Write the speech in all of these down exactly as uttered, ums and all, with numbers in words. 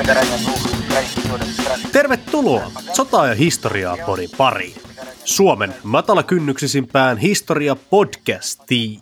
Tervetuloa Sotaa ja historiaa podin pariin. Suomen matalakynnyksisimpään historia-podcastiin.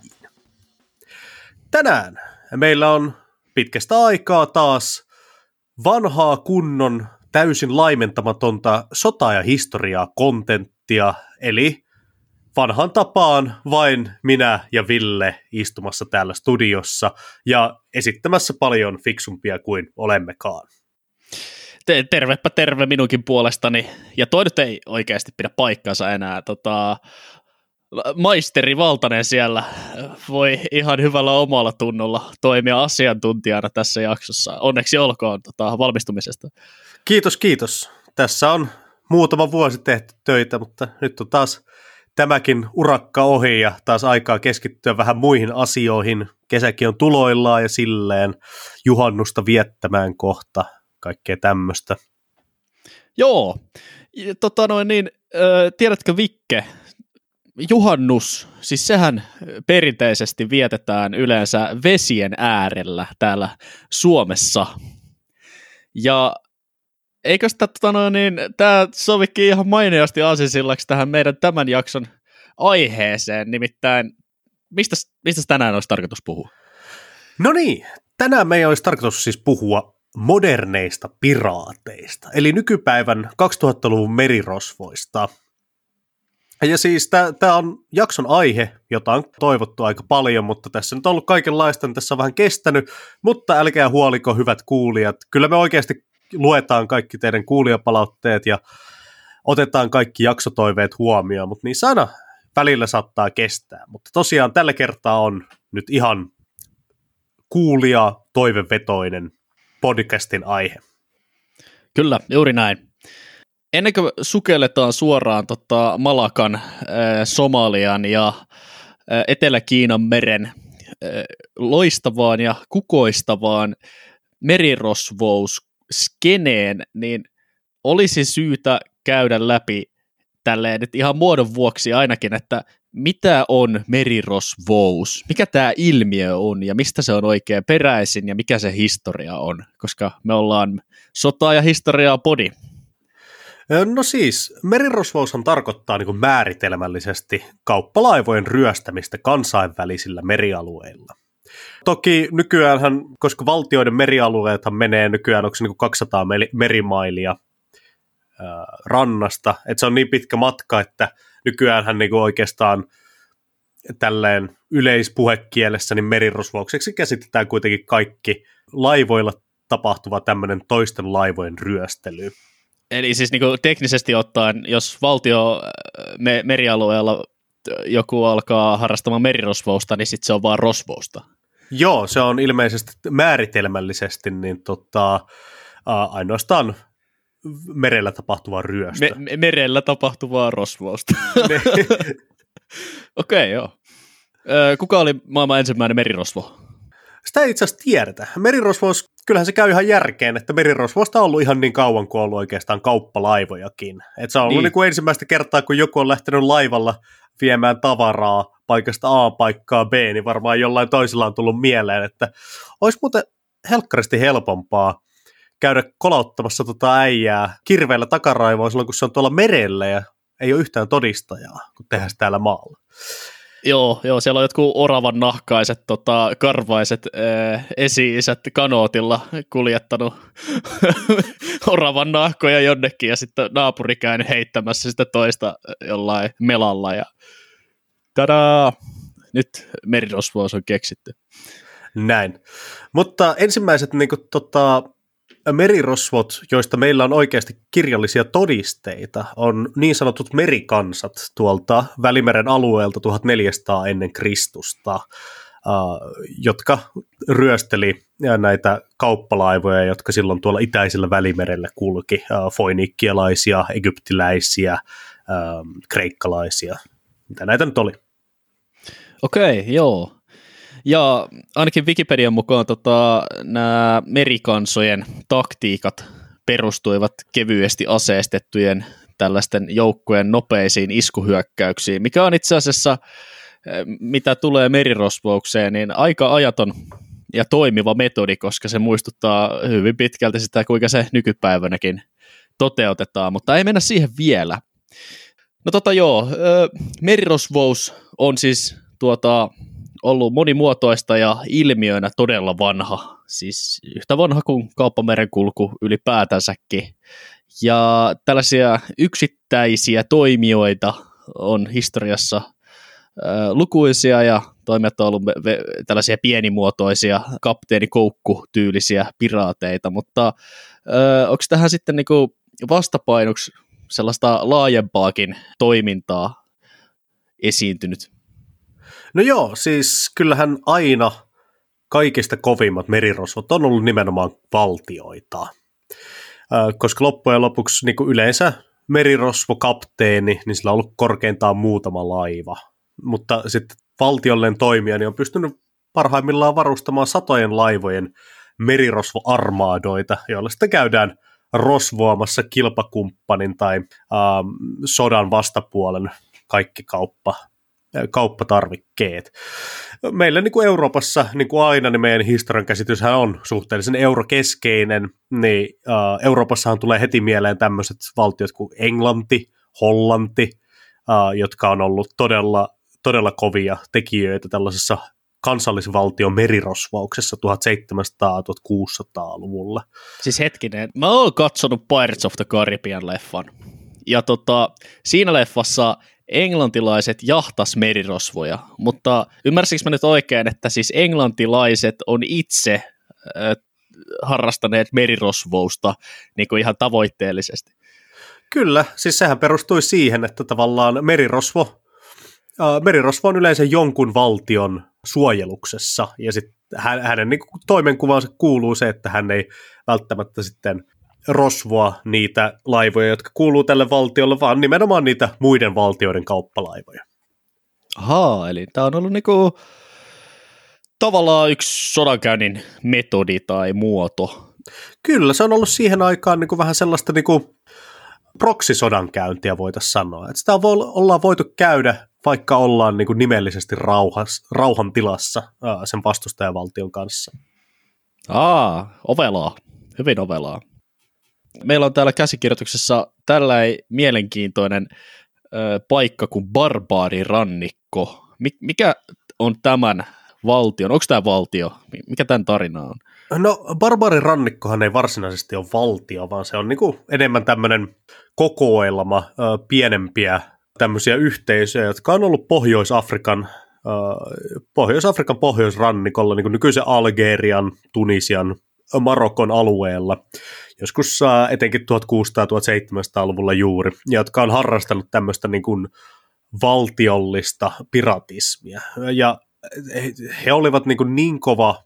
Tänään meillä on pitkästä aikaa taas vanhaa kunnon täysin laimentamatonta sota- ja historiaa-kontenttia, eli vanhan tapaan vain minä ja Ville istumassa täällä studiossa ja esittämässä paljon fiksumpia kuin olemmekaan. Tervepä terve minunkin puolestani, ja toi nyt ei oikeasti pidä paikkaansa enää. Tota, maisteri Valtanen siellä voi ihan hyvällä omalla tunnolla toimia asiantuntijana tässä jaksossa. Onneksi olkoon tota, valmistumisesta. Kiitos, kiitos. Tässä on muutama vuosi tehty töitä, mutta nyt on taas tämäkin urakka ohi ja taas aikaa keskittyä vähän muihin asioihin. Kesäkin on tuloillaan ja silleen juhannusta viettämään kohta. Kaikkea tämmöistä. Joo, tota noin niin, äh, tiedätkö Vikke, juhannus, siis sehän perinteisesti vietetään yleensä vesien äärellä täällä Suomessa. Ja eikö sitä, tota noin niin, tämä sovikin ihan mainiosti aasincillaksi tähän meidän tämän jakson aiheeseen, nimittäin mistä, mistä tänään olisi tarkoitus puhua? No niin, tänään meidän olisi tarkoitus siis puhua moderneista piraateista, eli nykypäivän kaksituhattaluvun merirosvoista. Ja siis tämä on jakson aihe, jota on toivottu aika paljon, mutta tässä nyt on ollut kaikenlaista, niin tässä on vähän kestänyt, mutta älkää huoliko hyvät kuulijat, kyllä me oikeasti luetaan kaikki teidän kuulijapalautteet ja otetaan kaikki jaksotoiveet huomioon, mutta niin sana välillä saattaa kestää, mutta tosiaan tällä kertaa on nyt ihan kuulija toivevetoinen podcastin aihe. Kyllä, juuri näin. Ennen kuin sukelletaan suoraan tota Malakan, äh, Somalian ja äh, Etelä-Kiinan meren äh, loistavaan ja kukoistavaan merirosvousskeneen, niin olisi syytä käydä läpi tälleen nyt ihan muodon vuoksi ainakin, että mitä on merirosvous, mikä tämä ilmiö on ja mistä se on oikein peräisin ja mikä se historia on, koska me ollaan sotaa ja historiaa podi. No siis, merirosvoushan tarkoittaa niin kuin määritelmällisesti kauppalaivojen ryöstämistä kansainvälisillä merialueilla. Toki nykyäänhän, koska valtioiden merialueethan menee nykyään, onko se niin kuin kaksisataa merimailia ää, rannasta, että se on niin pitkä matka, että nykyäänhän niin kuin oikeastaan tälleen yleispuhekielessä niin merirosvoukseksi käsitetään kuitenkin kaikki laivoilla tapahtuva tämmöinen toisten laivojen ryöstely. Eli siis niin kuin teknisesti ottaen, jos valtio me, merialueella joku alkaa harrastamaan merirosvousta, niin sitten se on vaan rosvousta. Joo, se on ilmeisesti määritelmällisesti niin tota, ä, ainoastaan merellä tapahtuvaa ryöstö. Me, merellä tapahtuvaa rosvousta. Okei, okay, joo. Kuka oli maailman ensimmäinen merirosvo? Sitä ei itse asiassa tiedetä. Merirosvous, kyllähän se käy ihan järkeen, että merirosvoista on ollut ihan niin kauan kuin on ollut oikeastaan kauppalaivojakin. Et se on ollut niin. Niin kuin ensimmäistä kertaa, kun joku on lähtenyt laivalla viemään tavaraa paikasta A paikkaa B, niin varmaan jollain toisella on tullut mieleen, että olisi muuten helkkaristi helpompaa käydä kolauttamassa tota äijää kirveellä takaraivoon silloin, kun se on tuolla merellä ja ei ole yhtään todistajaa, kun tehdään se täällä maalla. Joo, joo, siellä on jotkut oravan nahkaiset, tota, karvaiset ää, esi-isät kanootilla kuljettanut oravan nahkoja jonnekin ja sitten naapuri käynyt heittämässä sitä toista jollain melalla ja tadaa, nyt merirosvous on keksitty. Näin, mutta ensimmäiset niin kuin, tota, merirosvot, joista meillä on oikeasti kirjallisia todisteita, on niin sanotut merikansat tuolta Välimeren alueelta tuhatneljäsataa ennen Kristusta, jotka ryösteli näitä kauppalaivoja, jotka silloin tuolla itäisellä Välimerellä kulki, foiniikkialaisia, egyptiläisiä, kreikkalaisia, mitä näitä nyt oli. Okei, joo. Ja ainakin Wikipedian mukaan tota, nämä merikansojen taktiikat perustuivat kevyesti aseistettujen tällaisten joukkojen nopeisiin iskuhyökkäyksiin, mikä on itse asiassa, mitä tulee merirosvoukseen, niin aika ajaton ja toimiva metodi, koska se muistuttaa hyvin pitkälti sitä, kuinka se nykypäivänäkin toteutetaan, mutta ei mennä siihen vielä. No tota joo, merirosvous on siis tuota, ollut monimuotoista ja ilmiönä todella vanha, siis yhtä vanha kuin kauppamerenkulku ylipäätänsäkin. Ja tällaisia yksittäisiä toimijoita on historiassa ää, lukuisia ja toimijat on ollut ve- tällaisia pienimuotoisia kapteenikoukku-tyylisiä piraateita, mutta ää, onko tähän sitten niinku vastapainoksi sellaista laajempaakin toimintaa esiintynyt? No joo, siis kyllähän aina kaikista kovimmat merirosvot on ollut nimenomaan valtioita, koska loppujen lopuksi niin kuin yleensä merirosvokapteeni, niin sillä on ollut korkeintaan muutama laiva, mutta sitten valtiollinen toimija niin on pystynyt parhaimmillaan varustamaan satojen laivojen merirosvoarmaadoita, joilla sitten käydään rosvoamassa kilpakumppanin tai ähm, sodan vastapuolen kaikki kauppa, äh, kauppatarvikkeet. Meillä niin kuin Euroopassa, niin kuin aina, niin meidän historian käsityshän on suhteellisen eurokeskeinen, niin äh, Euroopassahan tulee heti mieleen tämmöiset valtiot kuin Englanti, Hollanti, äh, jotka on ollut todella, todella kovia tekijöitä tällaisessa kansallisvaltion merirosvauksessa tuhatseitsemänsataa-tuhatkuusisataaluvulla. Siis hetkinen, mä oon katsonut Pirates of the Caribbean-leffan, ja tota, siinä leffassa englantilaiset jahtas merirosvoja, mutta ymmärsikö mä nyt oikein, että siis englantilaiset on itse äh, harrastaneet merirosvousta niin kuin ihan tavoitteellisesti? Kyllä, siis sehän perustui siihen, että tavallaan merirosvo, äh, merirosvo on yleensä jonkun valtion suojeluksessa, ja sitten hänen niin kuin toimenkuvaansa kuuluu se, että hän ei välttämättä sitten rosvoa niitä laivoja, jotka kuuluu tälle valtiolle, vaan nimenomaan niitä muiden valtioiden kauppalaivoja. Ahaa, eli tämä on ollut niinku tavallaan yksi sodankäynnin metodi tai muoto. Kyllä, se on ollut siihen aikaan niinku vähän sellaista niinku proksisodankäyntiä voitaisiin sanoa. Et sitä vo- ollaan voitu käydä, vaikka ollaan niinku nimellisesti rauhas, rauhan tilassa ää, sen vastustajavaltion kanssa. Aa, ovelaa. Hyvin ovelaa. Meillä on täällä käsikirjoituksessa tällainen mielenkiintoinen ö, paikka kuin Barbaarirannikko. Mik, mikä on tämän valtion? Onko tämä valtio? Mikä tämän tarina on? No, Barbaarirannikkohan ei varsinaisesti ole valtio, vaan se on niinku enemmän tämmöinen kokoelma ö, pienempiä tämmöisiä yhteisöjä, jotka on ollut Pohjois-Afrikan, ö, Pohjois-Afrikan pohjoisrannikolla, niin kuin nykyisen Algerian, Tunisian, Marokon alueella, joskus etenkin tuhatkuusisataa-tuhatseitsemänsataa-luvulla juuri, jotka on harrastanut tämmöistä niin kuin valtiollista piratismia. Ja he olivat niin, kuin niin kova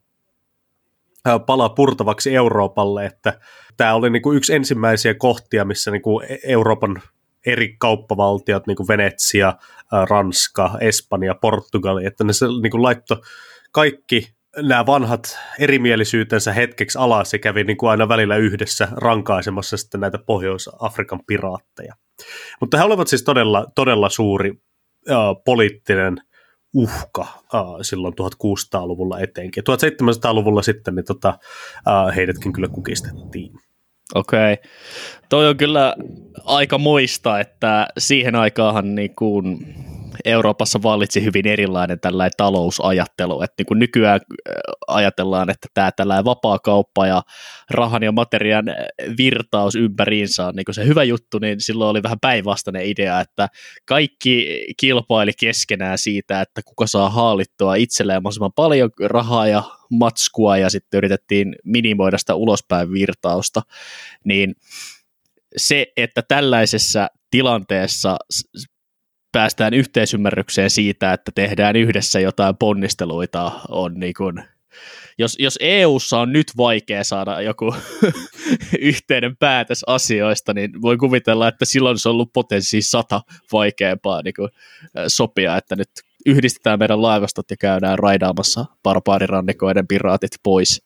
pala purtavaksi Euroopalle, että tämä oli niin kuin yksi ensimmäisiä kohtia, missä niin kuin Euroopan eri kauppavaltiot, niin kuin Venetsia, Ranska, Espanja, Portugali, että ne niin kuin laittoi kaikki nämä vanhat erimielisyytensä hetkeksi alas ja kävi niin kuin aina välillä yhdessä rankaisemassa sitten näitä Pohjois-Afrikan piraatteja. Mutta he olivat siis todella, todella suuri äh, poliittinen uhka äh, silloin tuhatkuusisataaluvulla etenkin. tuhatseitsemänsataaluvulla sitten niin tota, äh, heidätkin kyllä kukistettiin. Okei. Okay. Toi on kyllä aika muista, että siihen aikaanhan niin kuin Euroopassa vallitsi hyvin erilainen tällainen talousajattelu, että niin kuin nykyään ajatellaan, että tämä tällainen vapaakauppa ja rahan ja materiaan virtaus ympäriinsä on niin kuin se hyvä juttu, niin silloin oli vähän päinvastainen idea, että kaikki kilpaili keskenään siitä, että kuka saa haalittua itselleen mahdollisimman paljon rahaa ja matskua ja sitten yritettiin minimoida sitä ulospäin virtausta, niin se, että tällaisessa tilanteessa päästään yhteisymmärrykseen siitä, että tehdään yhdessä jotain ponnisteluita, on niin kuin, jos, jos E U:ssa on nyt vaikea saada joku yhteinen päätös asioista, niin voi kuvitella, että silloin se on ollut potenssi sata vaikeampaa niin kuin sopia, että nyt yhdistetään meidän laivastot ja käydään raidaamassa barbaarirannikoiden piraatit pois.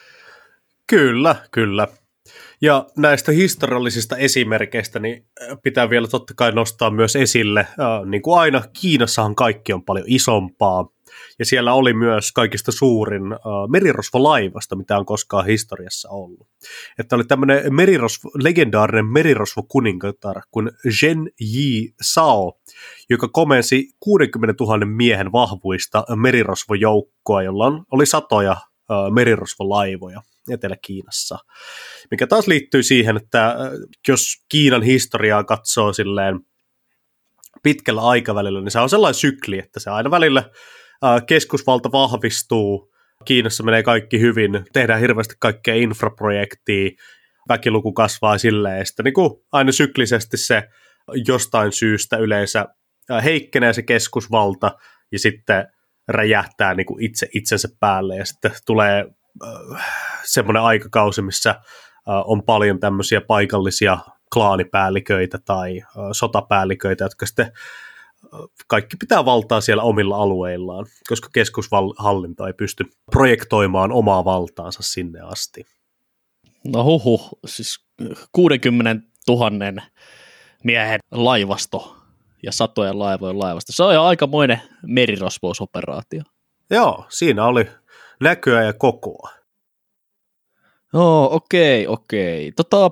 Kyllä, kyllä. Ja näistä historiallisista esimerkkeistä niin pitää vielä totta kai nostaa myös esille, äh, niin kuin aina, Kiinassahan kaikki on paljon isompaa. Ja siellä oli myös kaikista suurin uh, merirosvolaivasto, mitä on koskaan historiassa ollut. Että oli tämmöinen merirosvo, legendaarinen merirosvokuningatar kuin Zhen Yi Sao, joka komensi kuudenkymmenentuhannen miehen vahvuista merirosvojoukkoa, jolla on, oli satoja uh, merirosvolaivoja Etelä-Kiinassa. Mikä taas liittyy siihen, että jos Kiinan historiaa katsoo silleen pitkällä aikavälillä, niin se on sellainen sykli, että se aina välillä keskusvalta vahvistuu, Kiinassa menee kaikki hyvin, tehdään hirveästi kaikkea infraprojektia, väkiluku kasvaa silleen, ja sitten niin kuin aina syklisesti se jostain syystä yleensä heikkenee se keskusvalta, ja sitten räjähtää niin kuin itse itsensä päälle, ja sitten tulee semmoinen aikakausi, missä on paljon tämmöisiä paikallisia klaanipäälliköitä tai sotapäälliköitä, jotka sitten kaikki pitää valtaa siellä omilla alueillaan, koska keskushallinto ei pysty projektoimaan omaa valtaansa sinne asti. No huhu, siis kuudenkymmenentuhannen miehen laivasto ja satojen laivojen laivasto. Se on jo aikamoinen merirosvousoperaatio. Joo, siinä oli näköä ja kokoa. No okei, okei. Tota,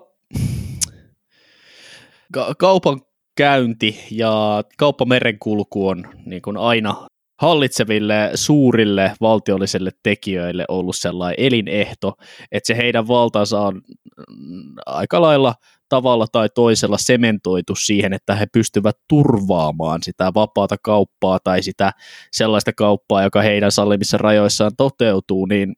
ka- kaupan käynti ja kauppamerenkulku on niin kuin aina hallitseville suurille valtiollisille tekijöille ollut sellainen elinehto, että se heidän valtansa on aika lailla tavalla tai toisella sementoitu siihen, että he pystyvät turvaamaan sitä vapaata kauppaa tai sitä sellaista kauppaa, joka heidän sallimissa rajoissaan toteutuu, niin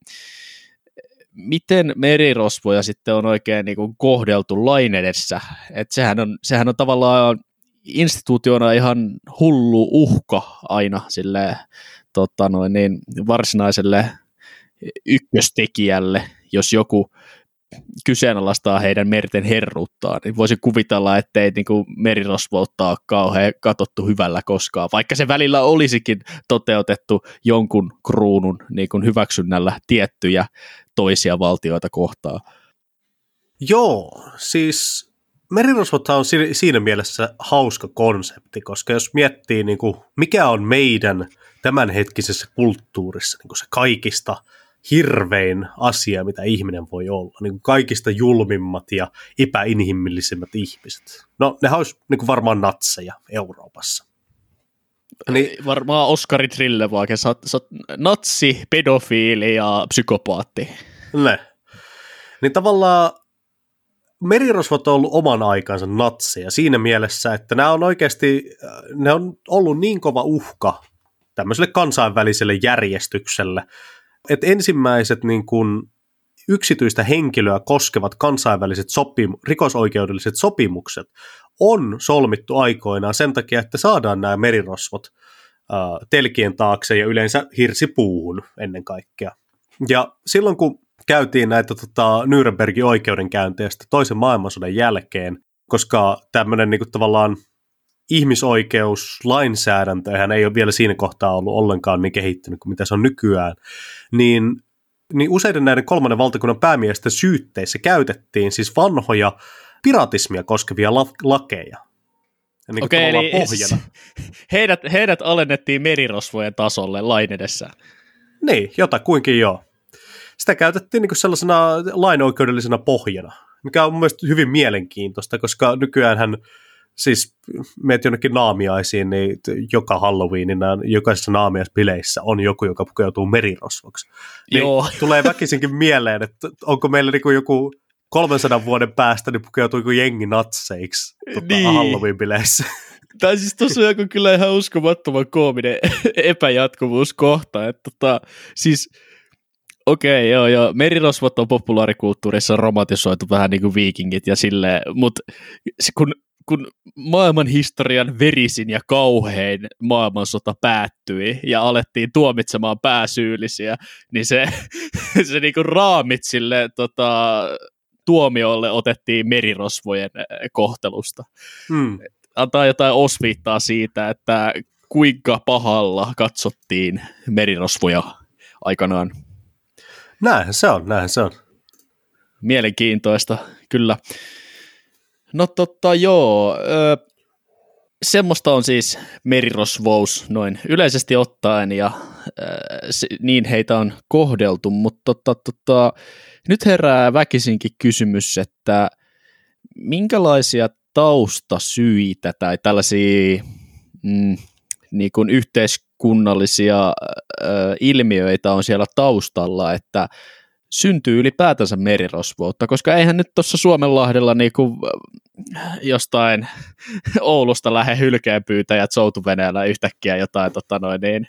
miten merirosvoja sitten on oikein niin kuin kohdeltu lain edessä? Et sehän, on, sehän on tavallaan instituutiona ihan hullu uhka aina sille tota noin, niin, varsinaiselle ykköstekijälle, jos joku kyseenalaistaa heidän merten herruuttaan, niin voisi kuvitella, ettei niin kuin merirosvoutta ole kauhean katsottu hyvällä koskaan, vaikka se välillä olisikin toteutettu jonkun kruunun niin kuin hyväksynnällä tiettyjä toisia valtioita kohtaan. Joo, siis merirosvothan on siinä mielessä hauska konsepti, koska jos miettii, niin kuin, mikä on meidän tämänhetkisessä kulttuurissa niin kuin se kaikista hirvein asia, mitä ihminen voi olla, niin kuin kaikista julmimmat ja epäinhimillisimmät ihmiset. No, nehän olisi niin kuin varmaan natseja Euroopassa. Niin, varmaan Oskari Trillevaake, sä, sä, natsi, pedofiili ja psykopaatti. Ne. Niin tavallaan merirosvot on ollut oman aikansa natseja siinä mielessä, että nämä on oikeasti, ne on ollut niin kova uhka tämmöiselle kansainväliselle järjestykselle, että ensimmäiset niin kuin yksityistä henkilöä koskevat kansainväliset sopim- rikosoikeudelliset sopimukset on solmittu aikoinaan sen takia, että saadaan nämä merirosvot äh, telkien taakse ja yleensä hirsipuuhun ennen kaikkea. Ja silloin kun käytiin näitä tota, Nürnbergin oikeudenkäyntejä toisen maailmansodan jälkeen, koska tämmöinen niin kuin tavallaan ihmisoikeuslainsäädäntöhän ei ole vielä siinä kohtaa ollut ollenkaan niin kehittynyt kuin mitä se on nykyään, niin, niin useiden näiden kolmannen valtakunnan päämiesten syytteissä käytettiin siis vanhoja piratismia koskevia la- lakeja. Niin Okei, eli pohjana. Heidät, heidät alennettiin merirosvojen tasolle lain edessä. Niin, jotakuinkin joo. Sitä käytettiin niin kuin sellaisena lainoikeudellisena pohjana, mikä on mun mielestä hyvin mielenkiintoista, koska nykyäänhän siis meet jonnekin naamiaisiin, niin joka Halloweenina, jokaisessa naamiaispileissä on joku, joka pukeutuu merirosvoksi. Niin Joo. Tulee väkisinkin mieleen, että onko meillä niin kuin joku kolmensadan vuoden päästä, niin pukeutuu joku jengi natseiksi tota, niin. Halloween-bileissä. Tai siis tuossa on joku kyllä ihan uskomattoman koominen epäjatkuvuus kohta, että tota, siis okei, joo, joo. Merirosvot on populaarikulttuurissa romantisoitu vähän niin kuin viikingit ja silleen, mutta kun, kun maailman historian verisin ja kauhein maailmansota päättyi ja alettiin tuomitsemaan pääsyyllisiä, niin se, se niin kuin raamit sille tota, tuomiolle otettiin merirosvojen kohtelusta. Hmm. Antaa jotain osviittaa siitä, että kuinka pahalla katsottiin merirosvoja aikanaan. Näinhän se on, näinhän se on. Mielenkiintoista, kyllä. No totta joo, ö, semmoista on siis merirosvous noin yleisesti ottaen, ja se, niin heitä on kohdeltu, mutta tota, tota, nyt herää väkisinkin kysymys, että minkälaisia taustasyitä tai tällaisia mm, niin kuin yhteiskunnallisia ö, ilmiöitä on siellä taustalla, että syntyy ylipäätänsä merirosvoutta, koska eihän nyt tuossa Suomenlahdella niin kuin jostain Oulusta lähde hylkeenpyytäjät soutuveneellä yhtäkkiä jotain tota noin, niin,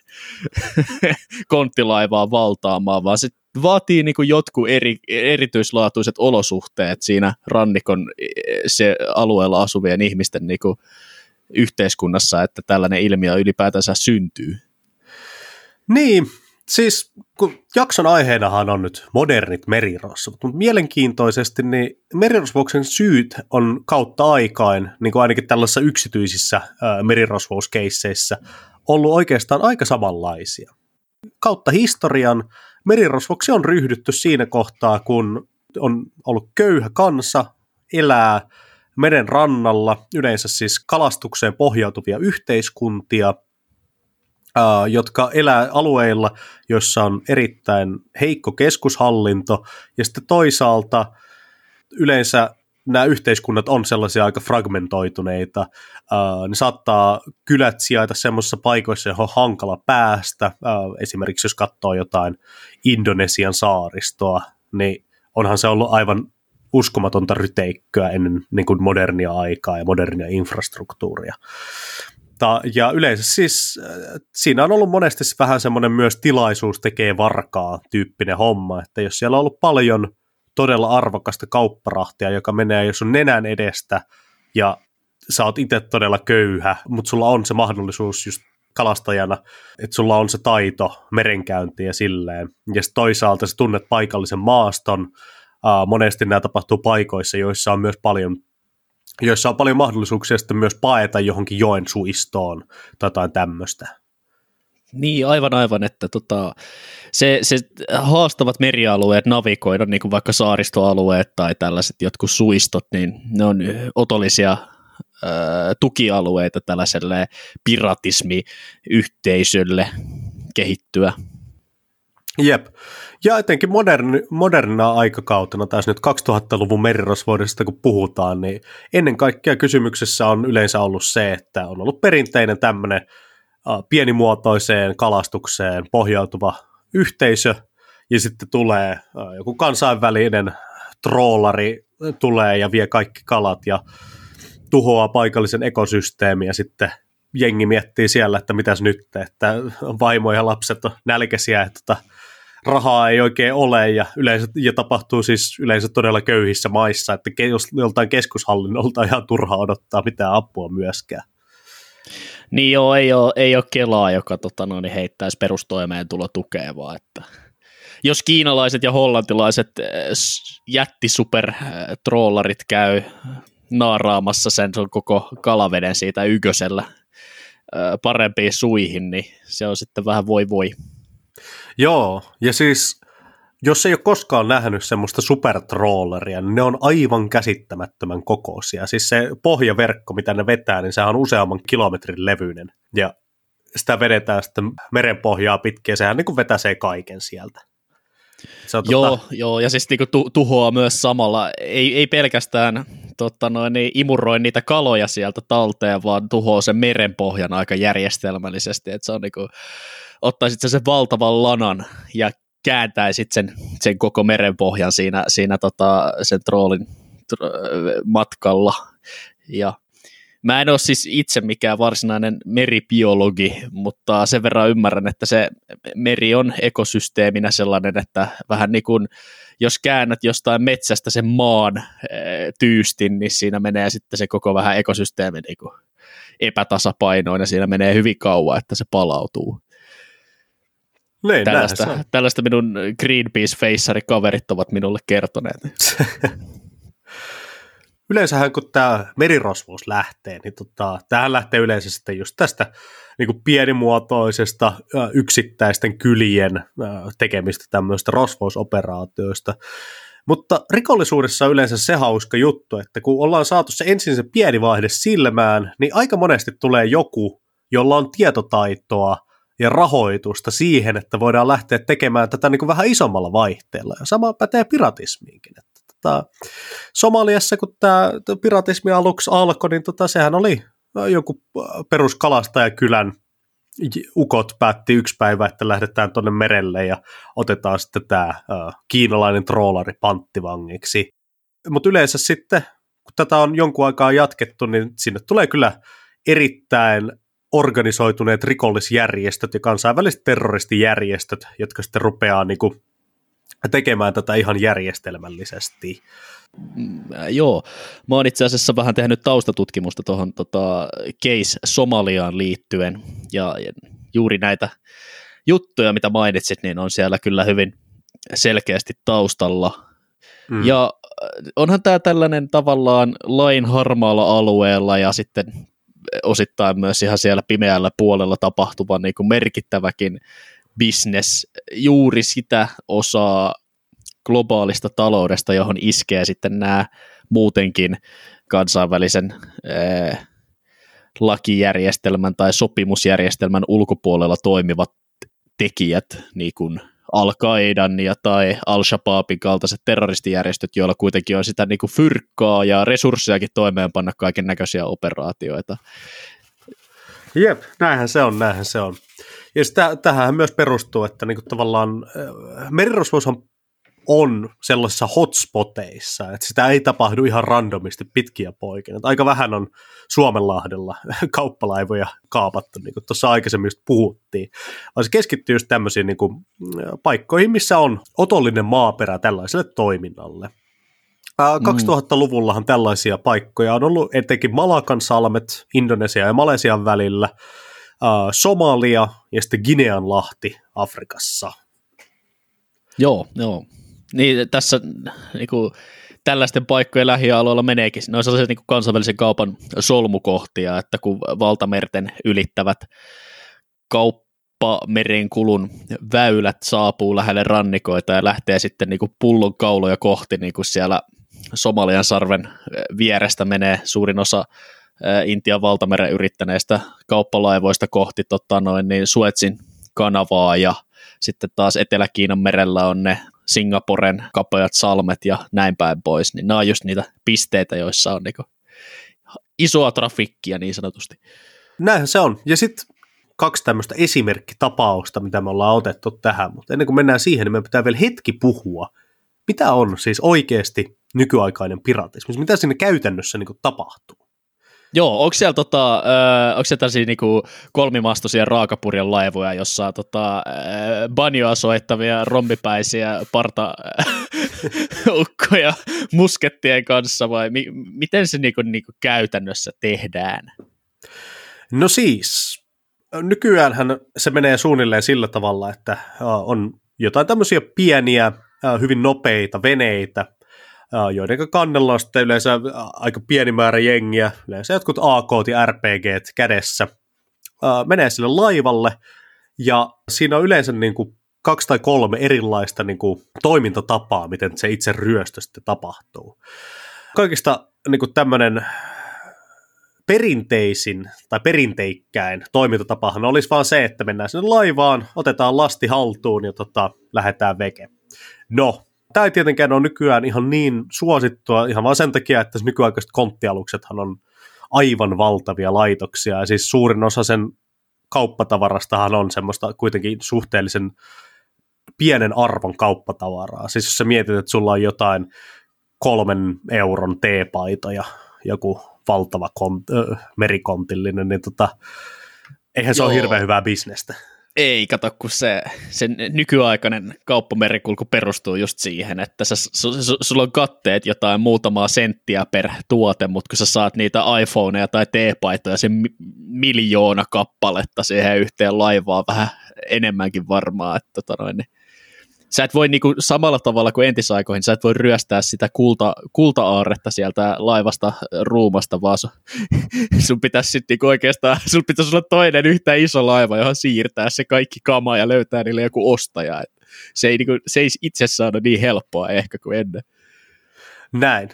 konttilaivaa valtaamaan, vaan se vaatii niin kuin jotkut eri, erityislaatuiset olosuhteet siinä rannikon se alueella asuvien ihmisten niin kuin yhteiskunnassa, että tällainen ilmiö ylipäätänsä syntyy. Niin, siis kun jakson aiheenahan on nyt modernit merirosvot, mutta mielenkiintoisesti niin merirosvouksen syyt on kautta aikain, niin kuin ainakin tällaisissa yksityisissä ää, merirosvouskeisseissä, ollut oikeastaan aika samanlaisia. Kautta historian merirosvoksi on ryhdytty siinä kohtaa, kun on ollut köyhä kansa, elää meren rannalla, yleensä siis kalastukseen pohjautuvia yhteiskuntia, Uh, jotka elää alueilla, joissa on erittäin heikko keskushallinto, ja sitten toisaalta yleensä nämä yhteiskunnat on sellaisia aika fragmentoituneita. Uh, ne saattaa kylät sijaita semmoisissa paikoissa, johon on hankala päästä. Uh, esimerkiksi jos katsoo jotain Indonesian saaristoa, niin onhan se ollut aivan uskomatonta ryteikköä ennen niin kuin modernia aikaa ja modernia infrastruktuuria. Ja yleensä siis siinä on ollut monesti vähän semmoinen myös tilaisuus tekee varkaa tyyppinen homma, että jos siellä on ollut paljon todella arvokasta kaupparahtia, joka menee jo sun nenän edestä ja sä oot itse todella köyhä, mutta sulla on se mahdollisuus just kalastajana, että sulla on se taito merenkäyntiin ja silleen, ja sitten toisaalta sä tunnet paikallisen maaston, monesti nämä tapahtuu paikoissa, joissa on myös paljon joissa on paljon mahdollisuuksia sitten myös paeta johonkin joen suistoon tai jotain tämmöistä. Niin, aivan aivan, että tota, se, se haastavat merialueet navigoida, niin kuin vaikka saaristoalueet tai tällaiset jotkut suistot, niin ne on otollisia ö, tukialueita tällaiselle piratismiyhteisölle kehittyä. Jep. Ja etenkin moderni, modernina aikakautena, tässä nyt kaksituhattaluvun merirosvoudesta kun puhutaan, niin ennen kaikkea kysymyksessä on yleensä ollut se, että on ollut perinteinen tämmöinen äh, pienimuotoiseen kalastukseen pohjautuva yhteisö, ja sitten tulee äh, joku kansainvälinen troolari tulee ja vie kaikki kalat ja tuhoaa paikallisen ekosysteemin, ja sitten jengi miettii siellä, että mitäs nyt, että vaimo ja lapset on nälkäisiä, että rahaa ei oikein ole, ja, yleensä, ja tapahtuu siis yleensä todella köyhissä maissa, että joltain keskushallinnolta on ihan turha odottaa mitään apua myöskään. Niin joo, ei ole, ei ole Kelaa, joka tota, no, niin heittäisi perustoimeentulotukea, vaan että jos kiinalaiset ja hollantilaiset jättisupertrollarit käy naaraamassa sen koko kalaveden siitä ykösellä parempiin suihin, niin se on sitten vähän voi voi. Joo, ja siis jos ei ole koskaan nähnyt semmoista supertrolleria, niin ne on aivan käsittämättömän kokoisia. Siis se pohjaverkko, mitä ne vetää, niin sehän on useamman kilometrin levyinen, ja sitä vedetään sitten merenpohjaa pitkin, ja sehän niin kuin vetäsee kaiken sieltä. Se on joo, tota... joo, ja siis niinku tu- tuhoaa myös samalla, ei, ei pelkästään totta noin, niin imuroi niitä kaloja sieltä talteen, vaan tuhoaa sen merenpohjan aika järjestelmällisesti, että se on niinku, ottaisit sen, sen valtavan lanan ja kääntäisit sen, sen koko merenpohjan siinä, siinä tota, sen troolin tro- matkalla, ja mä en ole siis itse mikään varsinainen meribiologi, mutta sen verran ymmärrän, että se meri on ekosysteeminä sellainen, että vähän niin kuin jos käännät jostain metsästä sen maan tyystin, niin siinä menee sitten se koko vähän ekosysteemi niin kuin epätasapainoin ja siinä menee hyvin kauan, että se palautuu. Niin, tällaista, tällaista minun Greenpeace-feissari-kaverit ovat minulle kertoneet. Yleensähän kun tämä merirosvous lähtee, niin tota, tämähän lähtee yleensä sitten just tästä niin kuin pienimuotoisesta yksittäisten kylien tekemistä tämmöistä rosvousoperaatioista. Mutta rikollisuudessa on yleensä se hauska juttu, että kun ollaan saatu se ensin se pieni vaihde silmään, niin aika monesti tulee joku, jolla on tietotaitoa ja rahoitusta siihen, että voidaan lähteä tekemään tätä niin kuin vähän isommalla vaihteella. Ja sama pätee piratismiinkin. Että tota, Somaliassa, kun tämä piratismi aluksi alkoi, niin tota, sehän oli joku peruskalastajakylän ukot päätti yksi päivä, että lähdetään tuonne merelle ja otetaan sitten tämä kiinalainen troolari panttivangiksi. Mutta yleensä sitten, kun tätä on jonkun aikaa jatkettu, niin sinne tulee kyllä erittäin organisoituneet rikollisjärjestöt ja kansainväliset terroristijärjestöt, jotka sitten rupeaa niin kuin tekemään tätä ihan järjestelmällisesti. Mm, joo, mä oon itse asiassa vähän tehnyt taustatutkimusta tuohon tota, case Somaliaan liittyen, ja, ja juuri näitä juttuja, mitä mainitsit, niin on siellä kyllä hyvin selkeästi taustalla. Mm. Ja onhan tämä tällainen tavallaan lain harmaalla alueella ja sitten osittain myös ihan siellä pimeällä puolella tapahtuva niin kuin merkittäväkin business, juuri sitä osaa globaalista taloudesta, johon iskee sitten nämä muutenkin kansainvälisen ää, lakijärjestelmän tai sopimusjärjestelmän ulkopuolella toimivat tekijät, niin kuin Al-Qaidan ja tai Al-Shabaabin kaltaiset terroristijärjestöt, joilla kuitenkin on sitä niin kuin fyrkkaa ja resurssejakin toimeenpanna kaiken näköisiä operaatioita. Jep, näinhän se on, näinhän se on. Ja tähän myös perustuu, että niin kuin tavallaan merirosvoushan on sellaisissa hotspoteissa, että sitä ei tapahdu ihan randomisti pitkiä poikia. Aika vähän on Suomenlahdella kauppalaivoja kaapattu, niin kuin tuossa aikaisemmin just puhuttiin. Vaan se keskittyy just tämmöisiin niin kuin paikkoihin, missä on otollinen maaperä tällaiselle toiminnalle. kaksituhattaluvullahan tällaisia paikkoja on ollut etenkin Malakan salmet Indonesia ja Malesian välillä, Somalia ja sitten Gineanlahti Afrikassa. Joo, joo. Niin tässä niin kuin, tällaisten paikkojen lähialueilla meneekin. Ne on sellaisia niin kuin kansainvälisen kaupan solmukohtia, että kun valtamerten ylittävät kauppamerenkulun väylät saapuu lähelle rannikoita ja lähtee sitten niin kuin pullonkauloja kohti, niin kuin siellä Somalian sarven vierestä menee suurin osa Intian valtameren yrittäneistä kauppalaivoista kohti tota noin, niin Suezin kanavaa, ja sitten taas Etelä-Kiinan merellä on ne Singaporen kapeat salmet ja näin päin pois, niin nämä on just niitä pisteitä, joissa on niinku isoa trafikkia niin sanotusti. Näinhän se on, ja sitten kaksi tämmöistä esimerkkitapausta, mitä me ollaan otettu tähän, mutta ennen kuin mennään siihen, niin meidän pitää vielä hetki puhua, mitä on siis oikeasti nykyaikainen piratismi, mitä siinä käytännössä niinku tapahtuu. Joo, onko siellä, tota, äh, onko siellä tällaisia niinku kolmimastoisia raakapurjan laivoja, jossa tota, äh, banjoa soittavia rommipäisiä partaukkoja muskettien kanssa, vai mi- miten se niinku, niinku käytännössä tehdään? No siis, nykyäänhän se menee suunnilleen sillä tavalla, että on jotain tämmöisiä pieniä, hyvin nopeita veneitä, joiden kannella on sitten yleensä aika pieni määrä jengiä, yleensä jotkut A K:t ja R P G:t kädessä, menee sille laivalle, ja siinä on yleensä niin kuin kaksi tai kolme erilaista niin kuin toimintatapaa, miten se itse ryöstö sitten tapahtuu. Kaikista niin kuin tämmöinen perinteisin tai perinteikkäin toimintatapahan olisi vaan se, että mennään sinne laivaan, otetaan lasti haltuun ja tota, lähdetään veke. No, tämä ei tietenkään ole nykyään ihan niin suosittua, ihan vaan sen takia, että nykyaikaiset konttialuksethan on aivan valtavia laitoksia, ja siis suurin osa sen kauppatavarastahan on semmoista kuitenkin suhteellisen pienen arvon kauppatavaraa. Siis jos sä mietit, että sulla on jotain kolmen euron teepaito ja joku valtava kont- äh, merikontillinen, niin tota, eihän se Joo. ole hirveän hyvää bisnestä. Ei, kato, kun se, se nykyaikainen kauppamerikulku perustuu just siihen, että sä, su, su, sulla on katteet jotain muutamaa senttiä per tuote, mutta kun sä saat niitä iPhoneja tai teepaitoja, se mi, miljoona kappaletta siihen yhteen laivaan, vähän enemmänkin varmaa, että tota noin, niin sä et voi niinku samalla tavalla kuin entisaikoihin, sä et voi ryöstää sitä kulta, kulta-aarretta sieltä laivasta ruumasta, vaan sun, sun pitäisi sitten niinku oikeastaan, sun pitäisi olla toinen yhtä iso laiva, johon siirtää se kaikki kama ja löytää niille joku ostaja. Et se, ei niinku, se ei itsessään ole niin helppoa ehkä kuin ennen. Näin.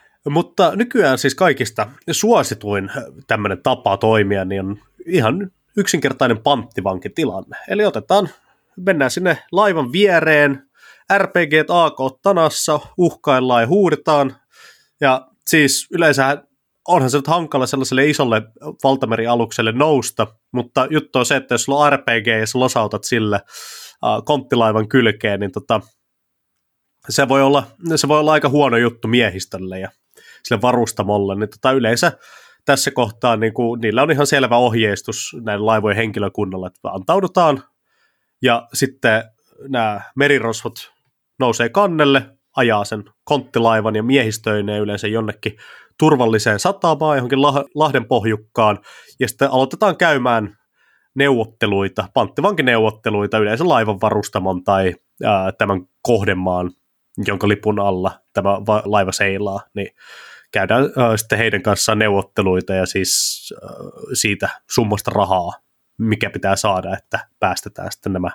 Mutta nykyään siis kaikista suosituin tämmöinen tapa toimia, niin on ihan yksinkertainen panttivankitilanne. Eli otetaan, mennään sinne laivan viereen, R P G:t A K tanassa, uhkaillaan ja huudetaan. Ja siis yleensä onhan se nyt hankala sellaiselle isolle valtamerialukselle nousta, mutta juttu on se, että jos sulla on R P G ja sä losautat sille uh, konttilaivan kylkeen, niin tota, se, voi olla, se voi olla aika huono juttu miehistölle ja sille varustamolle. Niin tota, yleensä tässä kohtaa niin kuin, niillä on ihan selvä ohjeistus näiden laivojen henkilökunnalle, että antaudutaan ja sitten nämä merirosvot nousee kannelle, ajaa sen konttilaivan ja miehistöineen yleensä jonnekin turvalliseen satamaan, johonkin Lahden pohjukkaan, ja sitten aloitetaan käymään neuvotteluita, panttivankineuvotteluita yleensä laivan varustamon tai ää, tämän kohdemaan, jonka lipun alla tämä va- laiva seilaa, niin käydään ää, sitten heidän kanssaan neuvotteluita ja siis ää, siitä summasta rahaa, mikä pitää saada, että päästetään sitten nämä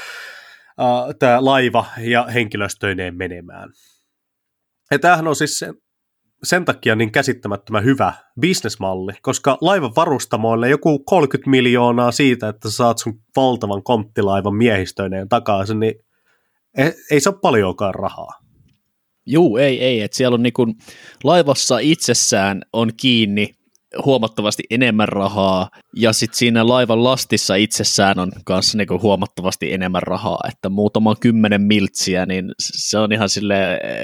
ää, tämä laiva ja henkilöstöineen menemään. Ja tämähän on siis se, sen takia niin käsittämättömän hyvä bisnesmalli, koska laivan varustamoille joku kolmekymmentä miljoonaa siitä, että sä saat sun valtavan konttilaivan miehistöineen takaisin, niin ei, ei se ole paljonkaan rahaa. Juu, ei, ei. Et siellä on niinku, laivassa itsessään on kiinni huomattavasti enemmän rahaa, ja sitten siinä laivan lastissa itsessään on kanssa niinku huomattavasti enemmän rahaa, että muutama kymmenen miltsiä, niin se on ihan sille,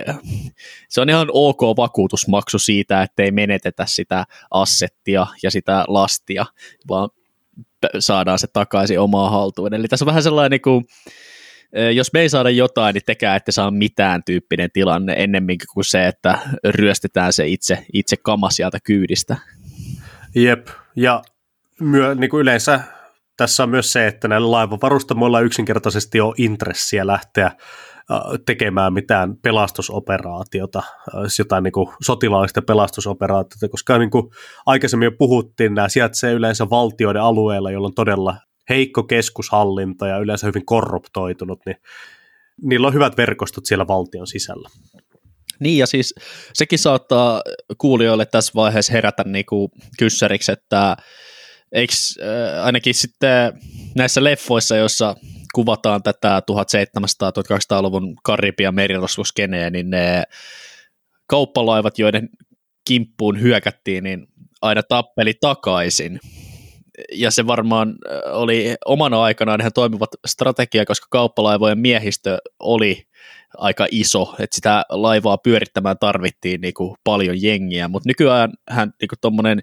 se on ihan ok vakuutusmaksu siitä, ettei menetetä sitä assettia ja sitä lastia, vaan saadaan se takaisin omaan haltuun. Eli tässä on vähän sellainen niinku, jos me ei saada jotain, niin tekää, että saa mitään tyyppinen tilanne ennemminkin kuin se, että ryöstetään se itse, itse kama sieltä kyydistä. Jep, ja myö, niin kuin yleensä tässä on myös se, että näillä laivavarastamoilla yksinkertaisesti on intressiä lähteä äh, tekemään mitään pelastusoperaatiota, äh, jotain niin kuin sotilaallista pelastusoperaatiota, koska niin kuin aikaisemmin jo puhuttiin, nämä sijaitsee yleensä valtioiden alueella, jolla on todella heikko keskushallinto ja yleensä hyvin korruptoitunut, niin niillä on hyvät verkostot siellä valtion sisällä. Niin, ja siis sekin saattaa kuulijoille tässä vaiheessa herätä niinku kyssäriksi, että eikö äh, ainakin sitten näissä leffoissa, joissa kuvataan tätä tuhatseitsemänsataa-tuhatkahdeksansataaluvun Karibian merirosvoskeneä, niin ne kauppalaivat, joiden kimppuun hyökättiin, niin aina tappeli takaisin. Ja se varmaan oli omana aikanaan ihan toimivat strategia, koska kauppalaivojen miehistö oli aika iso, että sitä laivaa pyörittämään tarvittiin niin kuin paljon jengiä, mutta nykyään hän niin kuin tommonen